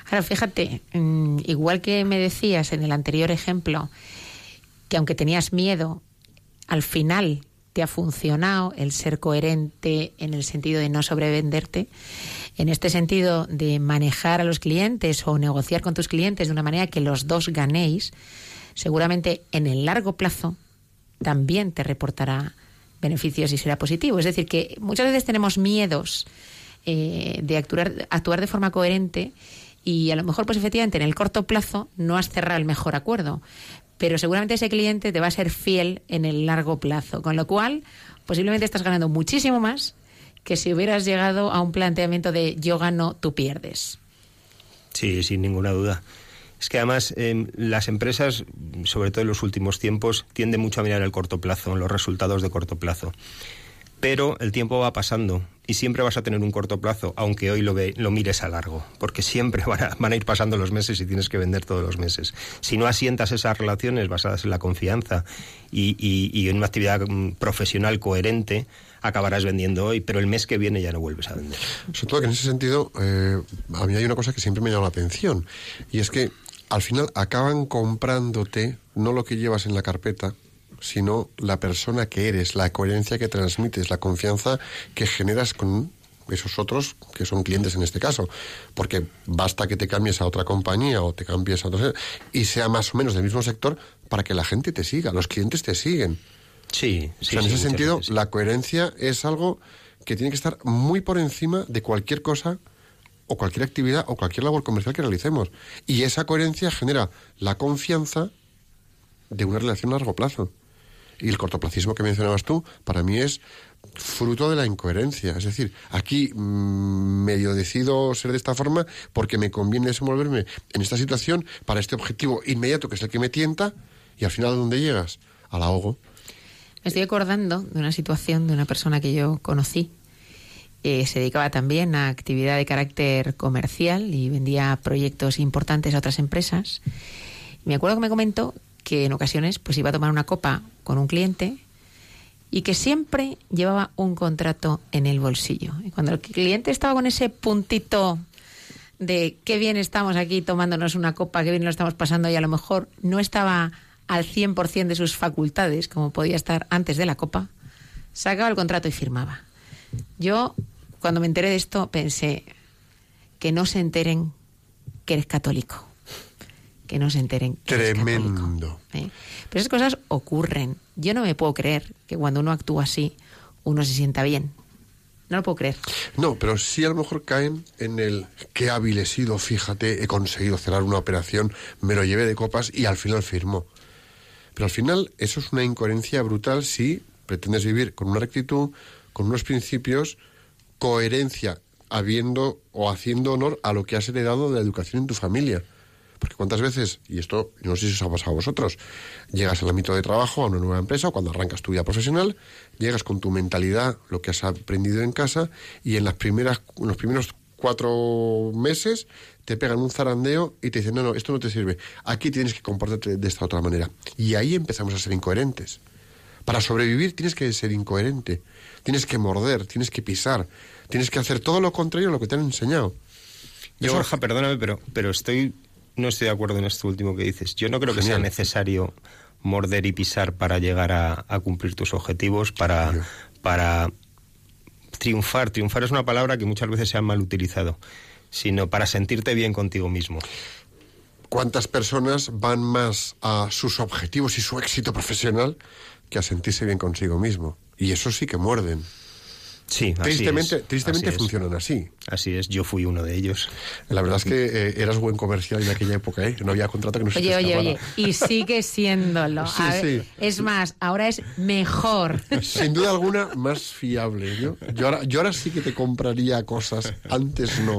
Ahora, fíjate, igual que me decías en el anterior ejemplo, que aunque tenías miedo, al final te ha funcionado el ser coherente en el sentido de no sobrevenderte, en este sentido de manejar a los clientes o negociar con tus clientes de una manera que los dos ganéis, seguramente en el largo plazo también te reportará beneficios y será positivo. Es decir, que muchas veces tenemos miedos eh, de actuar, actuar de forma coherente y a lo mejor, pues efectivamente, en el corto plazo no has cerrado el mejor acuerdo, pero seguramente ese cliente te va a ser fiel en el largo plazo, con lo cual posiblemente estás ganando muchísimo más que si hubieras llegado a un planteamiento de yo gano, tú pierdes. Sí, sin ninguna duda. Es que además eh, las empresas, sobre todo en los últimos tiempos, tienden mucho a mirar el corto plazo, los resultados de corto plazo. Pero el tiempo va pasando y siempre vas a tener un corto plazo, aunque hoy lo, ve, lo mires a largo, porque siempre van a, van a ir pasando los meses y tienes que vender todos los meses. Si no asientas esas relaciones basadas en la confianza y, y, y en una actividad profesional coherente, acabarás vendiendo hoy, pero el mes que viene ya no vuelves a vender. Sobre todo que en ese sentido, eh, a mí hay una cosa que siempre me llama la atención, y es que al final acaban comprándote no lo que llevas en la carpeta, sino la persona que eres, la coherencia que transmites, la confianza que generas con esos otros que son clientes en este caso, porque basta que te cambies a otra compañía o te cambies a otro y sea más o menos del mismo sector para que la gente te siga, los clientes te siguen. Sí, sí. O sea, en sí, ese sentido, veces, sí. La coherencia es algo que tiene que estar muy por encima de cualquier cosa o cualquier actividad o cualquier labor comercial que realicemos. Y esa coherencia genera la confianza de una relación a largo plazo. Y el cortoplacismo que mencionabas tú, para mí es fruto de la incoherencia. Es decir, aquí mmm, medio decido ser de esta forma porque me conviene desenvolverme en esta situación para este objetivo inmediato que es el que me tienta, y al final ¿a dónde llegas? Al ahogo. Me estoy acordando de una situación de una persona que yo conocí. Eh, se dedicaba también a actividad de carácter comercial y vendía proyectos importantes a otras empresas. Me acuerdo que me comentó que en ocasiones pues iba a tomar una copa con un cliente y que siempre llevaba un contrato en el bolsillo. Y cuando el cliente estaba con ese puntito de qué bien estamos aquí tomándonos una copa, qué bien lo estamos pasando, y a lo mejor no estaba al cien por ciento de sus facultades como podía estar antes de la copa, sacaba el contrato y firmaba. Yo, cuando me enteré de esto, pensé que no se enteren que eres católico. Que no se enteren que Tremendo. eres católico, ¿eh? Pero esas cosas ocurren. Yo no me puedo creer que cuando uno actúa así, uno se sienta bien. No lo puedo creer. No, pero sí a lo mejor caen en el qué hábil he sido, fíjate, he conseguido cerrar una operación, me lo llevé de copas y al final firmó. Pero al final eso es una incoherencia brutal si pretendes vivir con una rectitud, con unos principios, coherencia, habiendo o haciendo honor a lo que has heredado de la educación en tu familia. Porque cuántas veces, y esto no sé si os ha pasado a vosotros, llegas al ámbito de trabajo, a una nueva empresa, o cuando arrancas tu vida profesional, llegas con tu mentalidad, lo que has aprendido en casa, y en las primeras, en los primeros cuatro meses te pegan un zarandeo y te dicen, no, no, esto no te sirve, aquí tienes que comportarte de esta otra manera. Y ahí empezamos a ser incoherentes. Para sobrevivir tienes que ser incoherente, tienes que morder, tienes que pisar, tienes que hacer todo lo contrario a lo que te han enseñado. Yo, Eso... Borja, perdóname, pero, pero estoy no estoy de acuerdo en esto último que dices. Yo no creo Genial. que sea necesario morder y pisar para llegar a, a cumplir tus objetivos, para, para triunfar. Triunfar es una palabra que muchas veces se ha mal utilizado, sino para sentirte bien contigo mismo. ¿Cuántas personas van más a sus objetivos y su éxito profesional que a sentirse bien consigo mismo? Y eso sí que muerden. Sí, así Tristemente, es, tristemente así es. funcionan así. Así es, yo fui uno de ellos. La verdad es que eh, eras buen comercial en aquella época, ¿eh? No había contrato que no se Oye, te oye, escapara. oye, y sigue siéndolo. Sí, A ver, sí. es más, ahora es mejor. Sin duda alguna, más fiable, ¿no? Yo ahora, yo ahora sí que te compraría cosas, antes no.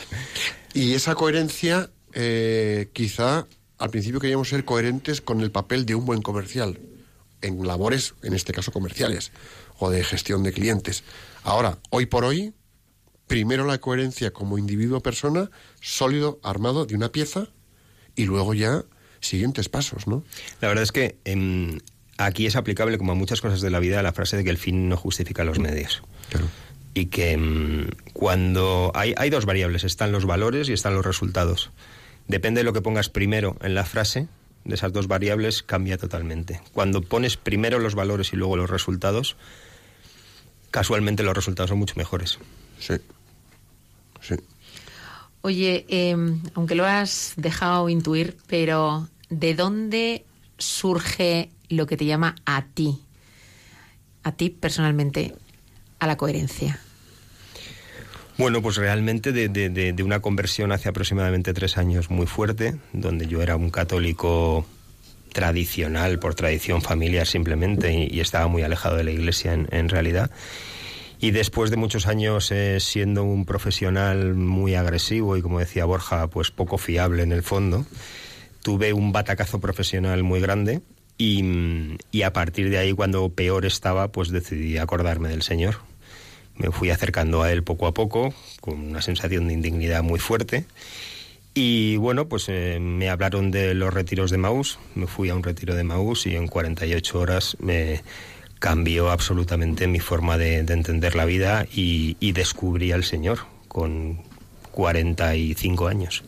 Y esa coherencia, eh, quizá al principio queríamos ser coherentes con el papel de un buen comercial, en labores, en este caso comerciales, o de gestión de clientes. Ahora, hoy por hoy, primero la coherencia como individuo-persona, sólido, armado de una pieza, y luego ya siguientes pasos, ¿no? La verdad es que eh, aquí es aplicable, como a muchas cosas de la vida, la frase de que el fin no justifica los medios. Claro. y que mmm, cuando hay, hay dos variables, están los valores y están los resultados. Depende de lo que pongas primero en la frase, de esas dos variables cambia totalmente. Cuando pones primero los valores y luego los resultados, casualmente los resultados son mucho mejores. Sí, sí. Oye, eh, aunque lo has dejado intuir, pero ¿de dónde surge lo que te llama a ti, a ti personalmente, a la coherencia? Bueno, pues realmente de, de, de, de una conversión hace aproximadamente tres años muy fuerte, donde yo era un católico tradicional, por tradición familiar simplemente, y, y estaba muy alejado de la Iglesia en, en realidad. Y después de muchos años eh, siendo un profesional muy agresivo y, como decía Borja, pues poco fiable en el fondo, tuve un batacazo profesional muy grande y, y a partir de ahí, cuando peor estaba, pues decidí acordarme del Señor. Me fui acercando a Él poco a poco, con una sensación de indignidad muy fuerte. Y bueno, pues eh, me hablaron de los retiros de Emaús, me fui a un retiro de Emaús y en cuarenta y ocho horas me cambió absolutamente mi forma de, de entender la vida y, y descubrí al Señor con cuarenta y cinco años.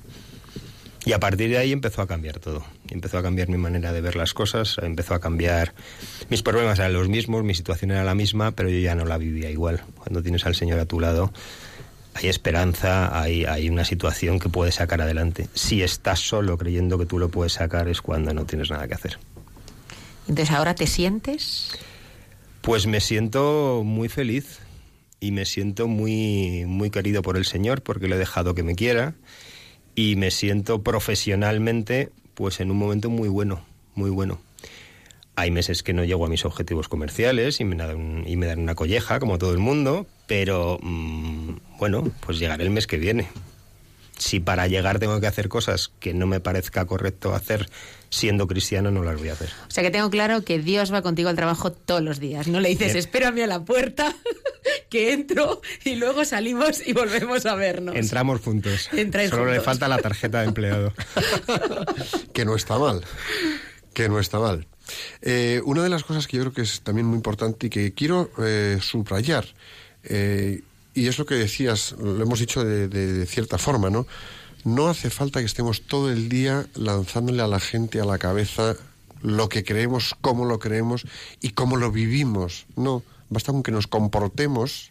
Y a partir de ahí empezó a cambiar todo. Empezó a cambiar mi manera de ver las cosas, empezó a cambiar... Mis problemas eran los mismos, mi situación era la misma, pero yo ya no la vivía igual. Cuando tienes al Señor a tu lado, hay esperanza, hay, hay una situación que puedes sacar adelante. Si estás solo creyendo que tú lo puedes sacar, es cuando no tienes nada que hacer. Entonces, ¿ahora te sientes...? Pues me siento muy feliz y me siento muy, muy querido por el Señor, porque le he dejado que me quiera, y me siento profesionalmente pues en un momento muy bueno, muy bueno. Hay meses que no llego a mis objetivos comerciales y me dan, y me dan una colleja, como todo el mundo, pero mmm, bueno, pues llegaré el mes que viene. Si para llegar tengo que hacer cosas que no me parezca correcto hacer siendo cristiano, no las voy a hacer. O sea que tengo claro que Dios va contigo al trabajo todos los días. No le dices, Bien. espérame a la puerta, que entro y luego salimos y volvemos a vernos. Entramos juntos. Entráis Solo juntos. Le falta la tarjeta de empleado. Que no está mal, que no está mal. Eh, una de las cosas que yo creo que es también muy importante y que quiero eh, subrayar, eh, y es lo que decías, lo hemos dicho de, de, de cierta forma, ¿no? No hace falta que estemos todo el día lanzándole a la gente a la cabeza lo que creemos, cómo lo creemos y cómo lo vivimos. No, basta con que nos comportemos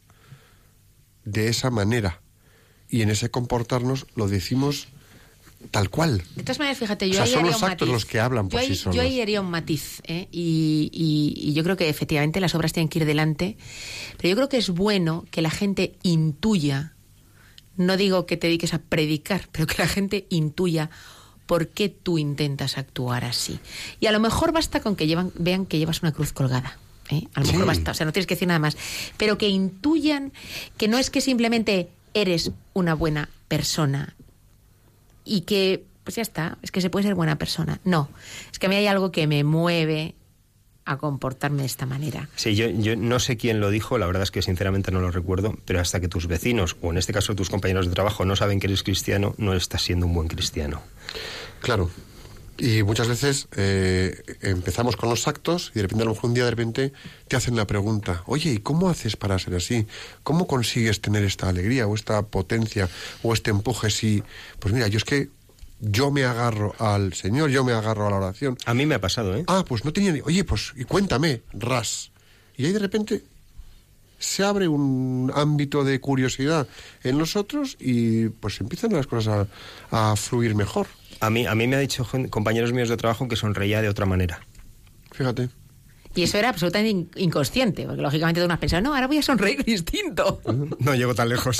de esa manera. Y en ese comportarnos lo decimos tal cual. De todas maneras, fíjate, yo o sea, ahí son haría los un actos matiz. los que hablan por yo ahí, sí solos. Yo ahí haría un matiz, ¿eh? y, y, y yo creo que efectivamente las obras tienen que ir delante, pero yo creo que es bueno que la gente intuya, no digo que te dediques a predicar, pero que la gente intuya por qué tú intentas actuar así. Y a lo mejor basta con que llevan, vean que llevas una cruz colgada. ¿eh? A lo Sí. mejor basta, o sea, no tienes que decir nada más, pero que intuyan que no es que simplemente eres una buena persona y que, pues ya está, es que se puede ser buena persona. No, es que a mí hay algo que me mueve a comportarme de esta manera. Sí, yo, yo no sé quién lo dijo, la verdad es que sinceramente no lo recuerdo, pero hasta que tus vecinos, o en este caso tus compañeros de trabajo, no saben que eres cristiano, no estás siendo un buen cristiano. Claro. Y muchas veces eh, empezamos con los actos y de repente a lo mejor un día de repente te hacen la pregunta, oye, ¿y cómo haces para ser así? ¿Cómo consigues tener esta alegría o esta potencia o este empuje? Si, pues mira, yo es que yo me agarro al Señor, yo me agarro a la oración. A mí me ha pasado, ¿eh? Ah, pues no tenía ni... Oye, pues y cuéntame, ras. Y ahí de repente se abre un ámbito de curiosidad en nosotros y pues empiezan las cosas a, a fluir mejor. A mí, a mí me ha dicho compañeros míos de trabajo que sonreía de otra manera. Fíjate. Y eso era absolutamente inconsciente, porque lógicamente tú no has pensado, no, ahora voy a sonreír distinto. No llego tan lejos.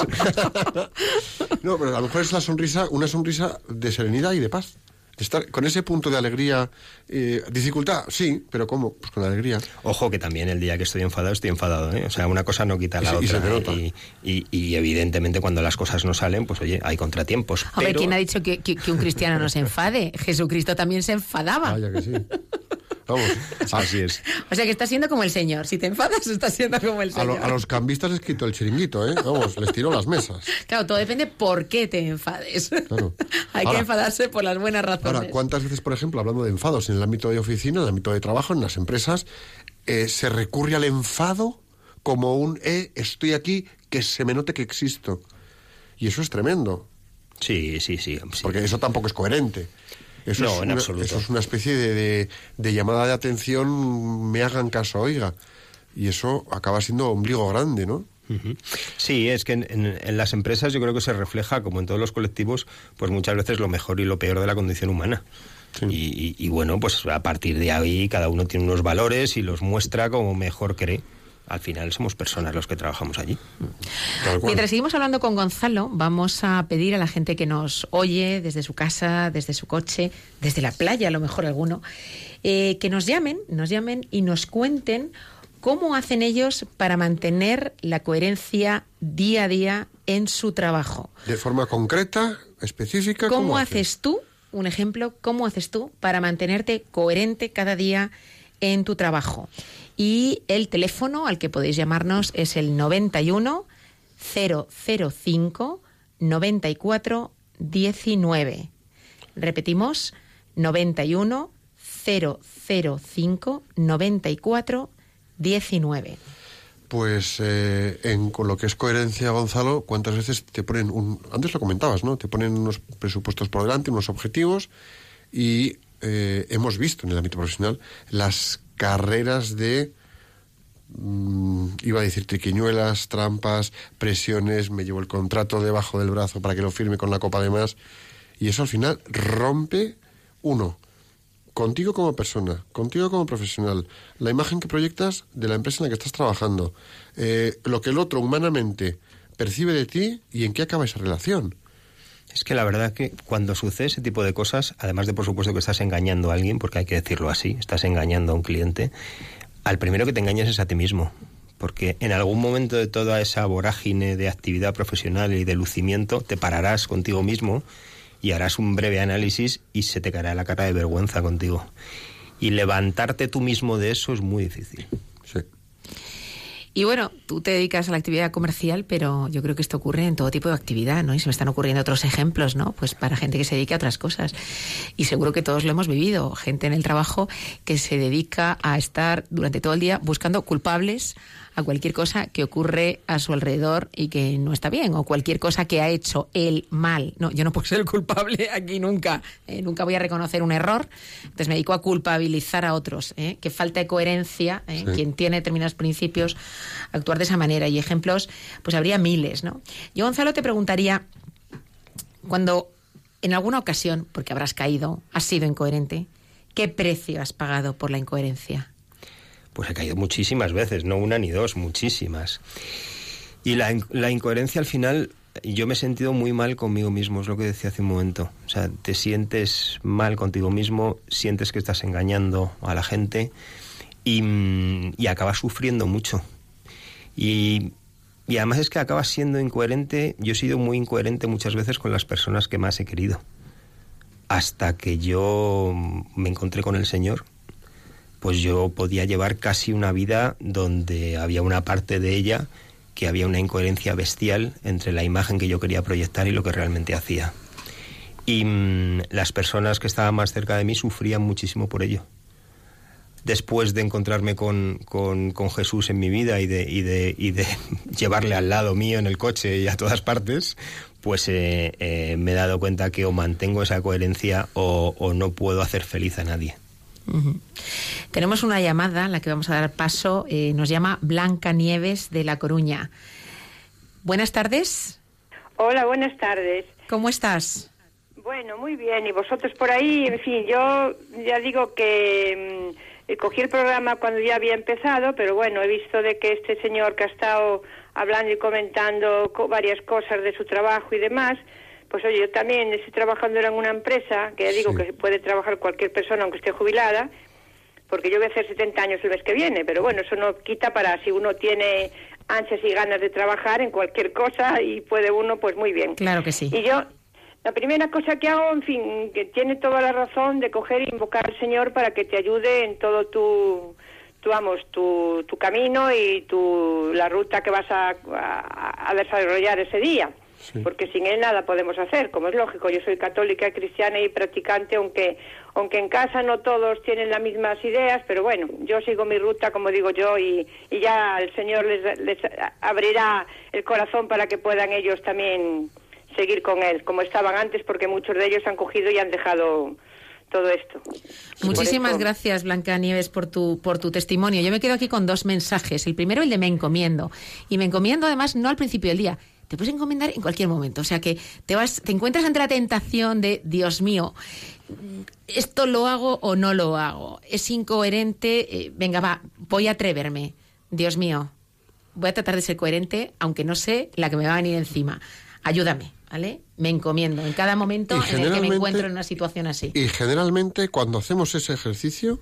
No, pero a lo mejor es la sonrisa, una sonrisa de serenidad y de paz. De estar con ese punto de alegría. Eh, dificultad, sí, pero ¿cómo? Pues con alegría. Ojo que también el día que estoy enfadado, estoy enfadado, ¿eh? O sea, una cosa no quita la Y se- y otra. se te nota. Y, y, y evidentemente cuando las cosas no salen, pues oye, hay contratiempos. Hombre, pero... ¿quién ha dicho que, que, que un cristiano no se enfade? Jesucristo también se enfadaba. Vaya que sí. Vamos. Así es. O sea que estás siendo como el Señor. Si te enfadas, estás siendo como el A, Señor. lo- a los cambistas les quitó el chiringuito, ¿eh? Vamos, les tiró las mesas. Claro, todo depende por qué te enfades. Claro. Hay Ahora- que enfadarse por las buenas razones. Ahora, ¿cuántas veces, por ejemplo, hablando de enfados en el ámbito de oficina, en el ámbito de trabajo, en las empresas, eh, se recurre al enfado como un, eh, estoy aquí, que se me note que existo. Y eso es tremendo. Sí, sí, sí. sí. Porque eso tampoco es coherente. Eso no, es en una, absoluto. Eso es una especie de, de, de llamada de atención, me hagan caso, oiga. Y eso acaba siendo ombligo grande, ¿no? Uh-huh. Sí, es que en, en, en las empresas yo creo que se refleja, como en todos los colectivos, pues muchas veces lo mejor y lo peor de la condición humana. Sí. Y, y, y bueno, pues a partir de ahí cada uno tiene unos valores y los muestra como mejor cree. Al final somos personas los que trabajamos allí. Mientras seguimos hablando con Gonzalo, vamos a pedir a la gente que nos oye desde su casa, desde su coche, desde la playa, a lo mejor alguno, eh, que nos llamen, nos llamen y nos cuenten cómo hacen ellos para mantener la coherencia día a día en su trabajo. De forma concreta, específica. ¿Cómo, ¿cómo haces, haces tú, un ejemplo, cómo haces tú para mantenerte coherente cada día en tu trabajo? Y el teléfono al que podéis llamarnos es el noventa y uno, cero cero cinco, noventa y cuatro, diecinueve. Repetimos, noventa y uno, cero cero cinco, noventa y cuatro, diecinueve. Pues eh, en con lo que es coherencia, Gonzalo, ¿cuántas veces te ponen un... Antes lo comentabas, ¿no? Te ponen unos presupuestos por delante, unos objetivos, y eh, hemos visto en el ámbito profesional las carreras de, mmm, iba a decir triquiñuelas, trampas, presiones, me llevo el contrato debajo del brazo para que lo firme con la copa de más, y eso al final rompe, uno, contigo como persona, contigo como profesional, la imagen que proyectas de la empresa en la que estás trabajando, eh, lo que el otro humanamente percibe de ti y en qué acaba esa relación. Es que la verdad es que cuando sucede ese tipo de cosas, además de por supuesto que estás engañando a alguien, porque hay que decirlo así, estás engañando a un cliente, al primero que te engañas es a ti mismo. Porque en algún momento de toda esa vorágine de actividad profesional y de lucimiento, te pararás contigo mismo y harás un breve análisis y se te caerá la cara de vergüenza contigo. Y levantarte tú mismo de eso es muy difícil. Sí. Y bueno, tú te dedicas a la actividad comercial, pero yo creo que esto ocurre en todo tipo de actividad, ¿no? Y se me están ocurriendo otros ejemplos, ¿no? Pues para gente que se dedica a otras cosas. Y seguro que todos lo hemos vivido. Gente en el trabajo que se dedica a estar durante todo el día buscando culpables a cualquier cosa que ocurre a su alrededor y que no está bien, o cualquier cosa que ha hecho él mal. No, yo no puedo ser el culpable aquí nunca. Eh, nunca voy a reconocer un error. Entonces me dedico a culpabilizar a otros. ¿eh? Que falta de coherencia. ¿eh? Sí. Quien tiene determinados principios, actuar de esa manera. Y ejemplos, pues habría miles, ¿no? Yo, Gonzalo, te preguntaría, cuando en alguna ocasión, porque habrás caído, has sido incoherente, ¿qué precio has pagado por la incoherencia? Pues he caído muchísimas veces, no una ni dos, muchísimas. Y la, la incoherencia al final, yo me he sentido muy mal conmigo mismo, es lo que decía hace un momento. O sea, te sientes mal contigo mismo, sientes que estás engañando a la gente y, y acabas sufriendo mucho. Y, y además es que acabas siendo incoherente. Yo he sido muy incoherente muchas veces con las personas que más he querido. Hasta que yo me encontré con el Señor, pues yo podía llevar casi una vida donde había una parte de ella que había una incoherencia bestial entre la imagen que yo quería proyectar y lo que realmente hacía. Y mmm, las personas que estaban más cerca de mí sufrían muchísimo por ello. Después de encontrarme con, con, con Jesús en mi vida y de, y, de, y de llevarle al lado mío en el coche y a todas partes, pues eh, eh, me he dado cuenta que o mantengo esa coherencia o, o no puedo hacer feliz a nadie. Uh-huh. Tenemos una llamada a la que vamos a dar paso. Eh, nos llama Blanca Nieves de La Coruña. Buenas tardes. Hola, buenas tardes. ¿Cómo estás? Bueno, muy bien. Y vosotros por ahí, en fin, yo ya digo que mmm, cogí el programa cuando ya había empezado, pero bueno, he visto de que este señor que ha estado hablando y comentando co- varias cosas de su trabajo y demás, pues oye, yo también estoy trabajando en una empresa, que ya digo sí. que puede trabajar cualquier persona aunque esté jubilada, porque yo voy a hacer setenta años el mes que viene, pero bueno, eso no quita para si uno tiene ansias y ganas de trabajar en cualquier cosa y puede uno, pues muy bien. Claro que sí. Y yo, la primera cosa que hago, en fin, que tiene toda la razón de coger e invocar al Señor para que te ayude en todo tu, tu vamos, tu, tu camino y tu, la ruta que vas a, a, a desarrollar ese día. Sí. Porque sin él nada podemos hacer, como es lógico. Yo soy católica, cristiana y practicante, aunque aunque en casa no todos tienen las mismas ideas, pero bueno, yo sigo mi ruta, como digo yo, y, y ya el Señor les, les abrirá el corazón para que puedan ellos también seguir con él, como estaban antes, porque muchos de ellos han cogido y han dejado todo esto. Muchísimas gracias, Blanca Nieves, por tu por tu testimonio. Yo me quedo aquí con dos mensajes. El primero, el de me encomiendo. Y me encomiendo, además, no al principio del día. Te puedes encomendar en cualquier momento. O sea que te vas, te encuentras ante la tentación de, Dios mío, ¿esto lo hago o no lo hago? ¿Es incoherente? Eh, venga, va, voy a atreverme. Dios mío, voy a tratar de ser coherente, aunque no sé la que me va a venir encima. Ayúdame, ¿vale? Me encomiendo en cada momento en el que me encuentro en una situación así. Y generalmente, cuando hacemos ese ejercicio,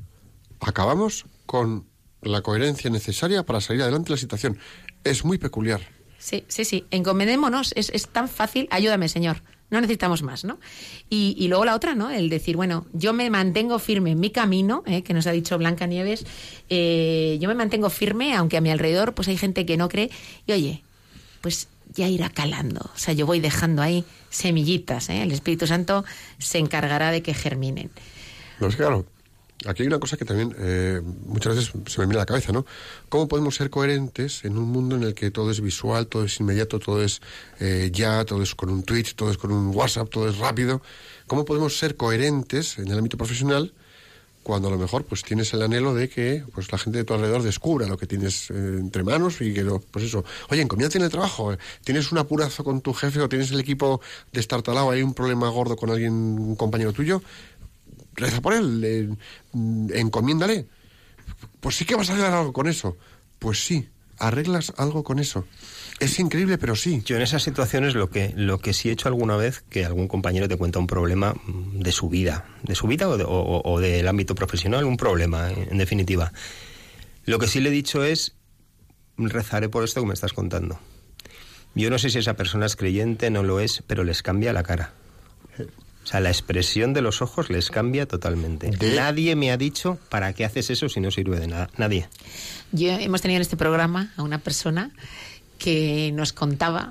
acabamos con la coherencia necesaria para salir adelante de la situación. Es muy peculiar. Sí, sí, sí. Encomendémonos. Es, es tan fácil. Ayúdame, Señor. No necesitamos más, ¿no? Y, y luego la otra, ¿no? El decir, bueno, yo me mantengo firme en mi camino, ¿eh? Que nos ha dicho Blanca Nieves. Eh, yo me mantengo firme, aunque a mi alrededor pues hay gente que no cree. Y oye, pues ya irá calando. O sea, yo voy dejando ahí semillitas, ¿eh? El Espíritu Santo se encargará de que germinen. No, es claro. Aquí hay una cosa que también eh, muchas veces se me viene a la cabeza, ¿no? ¿Cómo podemos ser coherentes en un mundo en el que todo es visual, todo es inmediato, todo es eh, ya, todo es con un tweet, todo es con un WhatsApp, todo es rápido? ¿Cómo podemos ser coherentes en el ámbito profesional cuando a lo mejor pues tienes el anhelo de que pues la gente de tu alrededor descubra lo que tienes eh, entre manos y que lo, pues eso, oye, encomiéndate en el trabajo, tienes un apurazo con tu jefe o tienes el equipo destartalado, hay un problema gordo con alguien, un compañero tuyo, reza por él, eh, encomiéndale. Pues sí que vas a arreglar algo con eso. Pues sí, arreglas algo con eso. Es increíble, pero sí. Yo en esas situaciones lo que lo que sí he hecho alguna vez, que algún compañero te cuenta un problema de su vida, de su vida o, de, o, o del ámbito profesional, un problema, en, en definitiva. Lo que sí le he dicho es, rezaré por esto que me estás contando. Yo no sé si esa persona es creyente, no lo es, pero les cambia la cara. O sea, la expresión de los ojos les cambia totalmente. ¿De? Nadie me ha dicho para qué haces eso si no sirve de nada. Nadie. Yo hemos tenido en este programa a una persona que nos contaba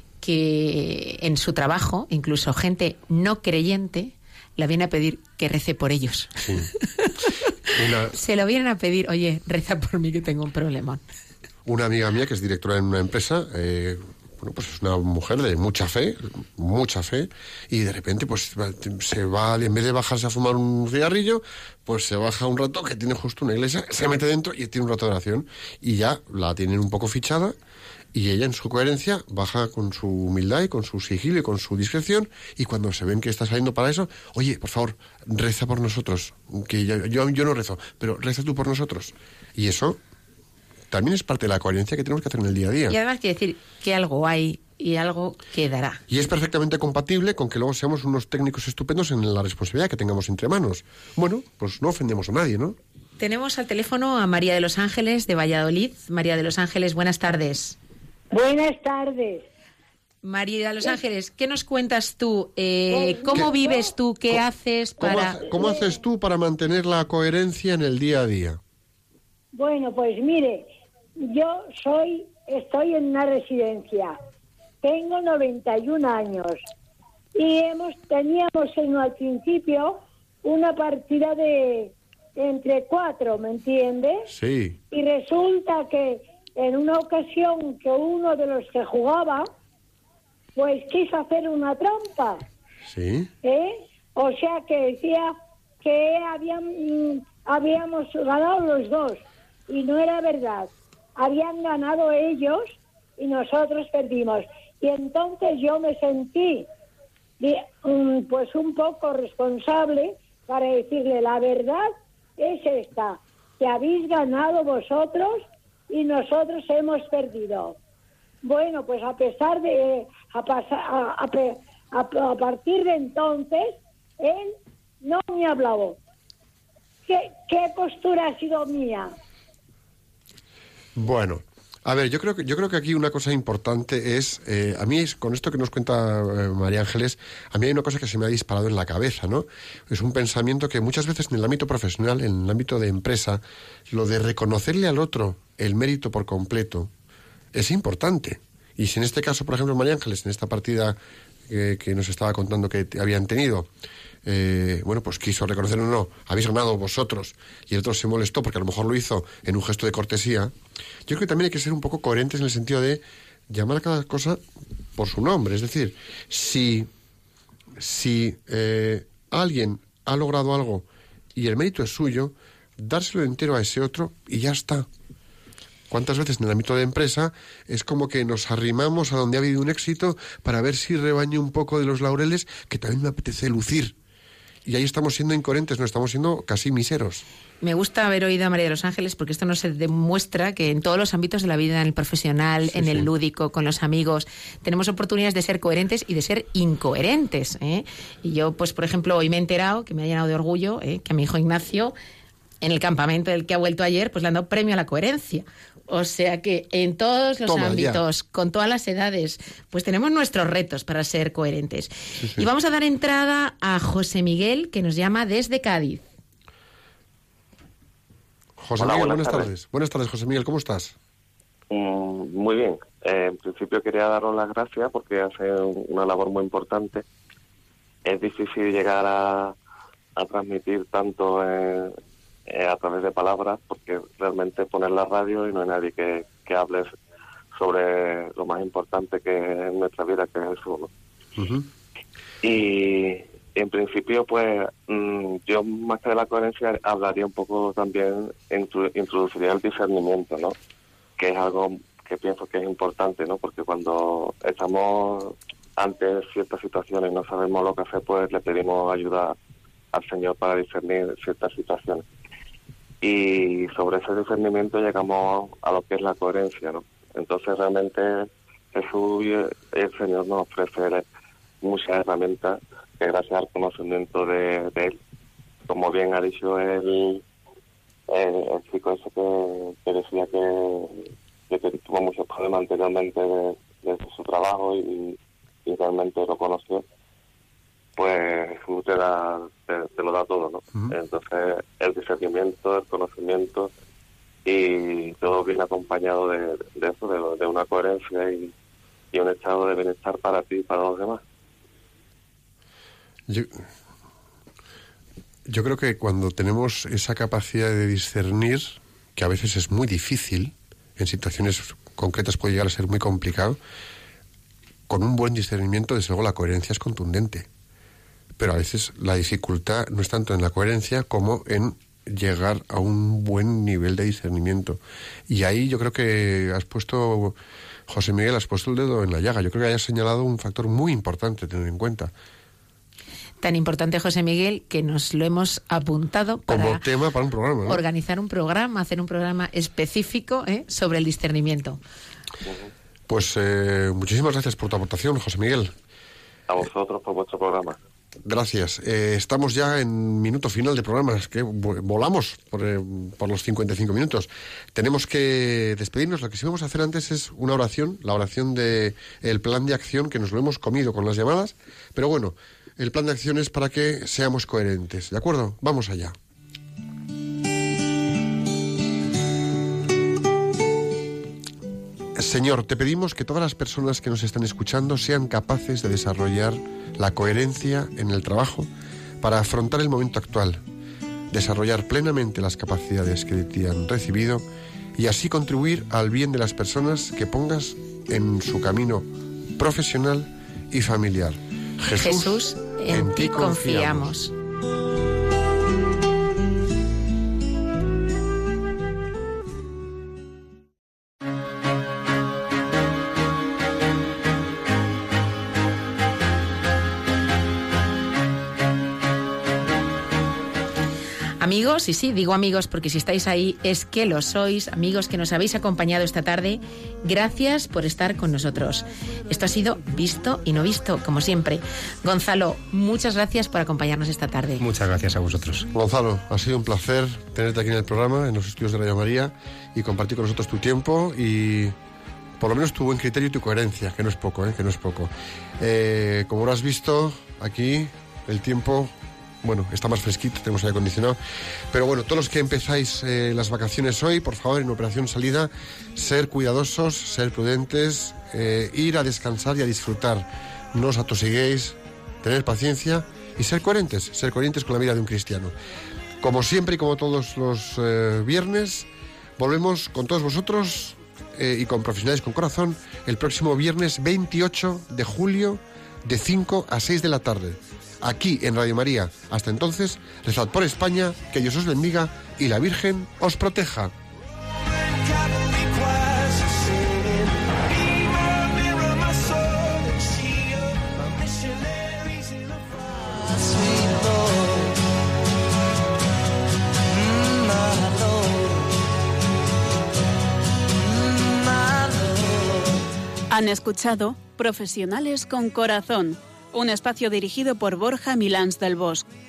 que en su trabajo, incluso gente no creyente, le viene a pedir que rece por ellos. Sí. Una... Se lo vienen a pedir, oye, reza por mí que tengo un problema. Una amiga mía que es directora en una empresa... Eh... Bueno, pues es una mujer de mucha fe, mucha fe, y de repente pues se va, en vez de bajarse a fumar un cigarrillo, pues se baja un rato, que tiene justo una iglesia, se mete dentro y tiene un rato de oración, y ya la tienen un poco fichada, y ella en su coherencia baja con su humildad y con su sigilo y con su discreción, y cuando se ven que está saliendo para eso, oye, por favor, reza por nosotros, que yo, yo, yo no rezo, pero reza tú por nosotros. Y eso... también es parte de la coherencia que tenemos que hacer en el día a día. Y además quiere decir que algo hay y algo quedará. Y es perfectamente compatible con que luego seamos unos técnicos estupendos en la responsabilidad que tengamos entre manos. Bueno, pues no ofendemos a nadie, ¿no? Tenemos al teléfono a María de los Ángeles de Valladolid. María de los Ángeles, buenas tardes. Buenas tardes. María de los Ángeles, ¿qué nos cuentas tú? Eh, ¿Cómo ¿Qué? vives tú? ¿Qué ¿Cómo, haces para...? ¿cómo, ¿Cómo haces tú para mantener la coherencia en el día a día? Bueno, pues mire... Yo soy, estoy en una residencia, tengo noventa y un años y hemos teníamos en, al principio una partida de entre cuatro, ¿me entiendes? Sí. Y resulta que en una ocasión que uno de los que jugaba, pues quiso hacer una trampa. Sí. ¿Eh? O sea que decía que habían, habíamos ganado los dos y no era verdad. Habían ganado ellos y nosotros perdimos. Y entonces yo me sentí pues un poco responsable para decirle, la verdad es esta, que habéis ganado vosotros y nosotros hemos perdido. Bueno, pues a pesar de, a, pasar, a, a, a, a partir de entonces, él no me ha hablado. ¿Qué, qué postura ha sido mía? Bueno, a ver, yo creo que yo creo que aquí una cosa importante es, eh, a mí es, con esto que nos cuenta eh, María Ángeles, a mí hay una cosa que se me ha disparado en la cabeza, ¿no? Es un pensamiento que muchas veces en el ámbito profesional, en el ámbito de empresa, lo de reconocerle al otro el mérito por completo es importante. Y si en este caso, por ejemplo, María Ángeles, en esta partida eh, que nos estaba contando que te habían tenido, eh, bueno, pues quiso reconocer o no, habéis ganado vosotros, y el otro se molestó porque a lo mejor lo hizo en un gesto de cortesía, yo creo que también hay que ser un poco coherentes en el sentido de llamar a cada cosa por su nombre. Es decir, si, si eh, alguien ha logrado algo y el mérito es suyo, dárselo entero a ese otro y ya está. ¿Cuántas veces en el ámbito de empresa es como que nos arrimamos a donde ha habido un éxito para ver si rebaño un poco de los laureles que también me apetece lucir? Y ahí estamos siendo incoherentes, no estamos siendo casi miseros. Me gusta haber oído a María de los Ángeles porque esto nos demuestra que en todos los ámbitos de la vida, en el profesional, sí, en el sí. lúdico, con los amigos, tenemos oportunidades de ser coherentes y de ser incoherentes, ¿eh? Y yo, pues, por ejemplo, hoy me he enterado, que me ha llenado de orgullo, ¿eh? que a mi hijo Ignacio, en el campamento del que ha vuelto ayer, pues le han dado premio a la coherencia. O sea que en todos los Toma, ámbitos, ya. con todas las edades, pues tenemos nuestros retos para ser coherentes. Sí, sí. Y vamos a dar entrada a José Miguel, que nos llama desde Cádiz. José Hola, Miguel, buenas, buenas tardes. tardes. Buenas tardes, José Miguel, ¿cómo estás? Mm, muy bien. Eh, en principio quería daros las gracias porque hace una labor muy importante. Es difícil llegar a, a transmitir tanto eh, eh, a través de palabras, porque realmente poner la radio y no hay nadie que, que hable sobre lo más importante que es en nuestra vida, que es el fútbol. Uh-huh. Y en principio, pues, mmm, yo más que de la coherencia hablaría un poco también, introdu- introduciría el discernimiento, ¿no? Que es algo que pienso que es importante, ¿no? Porque cuando estamos ante ciertas situaciones y no sabemos lo que hacer, pues le pedimos ayuda al Señor para discernir ciertas situaciones. Y sobre ese discernimiento llegamos a lo que es la coherencia, ¿no? Entonces realmente Jesús y el Señor nos ofrece muchas herramientas que gracias al conocimiento de, de Él, como bien ha dicho el, el, el chico ese que, que decía que, que tuvo muchos problemas anteriormente de, de su trabajo y, y realmente lo conoció, pues Jesús te, da, te, te lo da todo, ¿no? Uh-huh. Entonces el discernimiento, el conocimiento y todo viene acompañado de, de eso, de, de una coherencia y, y un estado de bienestar para ti y para los demás. Yo, yo creo que cuando tenemos esa capacidad de discernir, que a veces es muy difícil, en situaciones concretas puede llegar a ser muy complicado, con un buen discernimiento, desde luego la coherencia es contundente. Pero a veces la dificultad no es tanto en la coherencia como en llegar a un buen nivel de discernimiento. Y ahí yo creo que has puesto, José Miguel, has puesto el dedo en la llaga. Yo creo que hayas señalado un factor muy importante a tener en cuenta. Tan importante, José Miguel, que nos lo hemos apuntado para como tema para un programa, ¿no? Organizar un programa, hacer un programa específico ¿eh? sobre el discernimiento. Pues eh, muchísimas gracias por tu aportación, José Miguel. A vosotros por vuestro programa. Gracias. Eh, estamos ya en minuto final de programa, es que volamos por, eh, por los cincuenta y cinco minutos. Tenemos que despedirnos. Lo que sí vamos a hacer antes es una oración, la oración de el plan de acción, que nos lo hemos comido con las llamadas, pero bueno, el plan de acción es para que seamos coherentes, ¿de acuerdo? Vamos allá. Señor, te pedimos que todas las personas que nos están escuchando sean capaces de desarrollar la coherencia en el trabajo para afrontar el momento actual, desarrollar plenamente las capacidades que de ti han recibido y así contribuir al bien de las personas que pongas en su camino profesional y familiar. Jesús, Jesús en, en ti confiamos. confiamos. Amigos, y sí, digo amigos porque si estáis ahí es que lo sois, amigos que nos habéis acompañado esta tarde, gracias por estar con nosotros. Esto ha sido Visto y No Visto, como siempre. Gonzalo, muchas gracias por acompañarnos esta tarde. Muchas gracias a vosotros. Gonzalo, ha sido un placer tenerte aquí en el programa, en los estudios de Radio María, y compartir con nosotros tu tiempo y por lo menos tu buen criterio y tu coherencia, que no es poco, ¿eh? que no es poco. Eh, como lo has visto, aquí el tiempo bueno, está más fresquito, tenemos aire acondicionado. Pero bueno, todos los que empezáis eh, las vacaciones hoy, por favor, en Operación Salida, ser cuidadosos, ser prudentes, eh, ir a descansar y a disfrutar. No os atosiguéis, tener paciencia y ser coherentes, ser coherentes con la vida de un cristiano. Como siempre y como todos los eh, viernes, volvemos con todos vosotros eh, y con Profesionales con Corazón el próximo viernes veintiocho de julio de cinco a seis de la tarde, aquí en Radio María. Hasta entonces, rezad por España, que Dios os bendiga y la Virgen os proteja. Han escuchado Profesionales con Corazón, un espacio dirigido por Borja Milans del Bosch.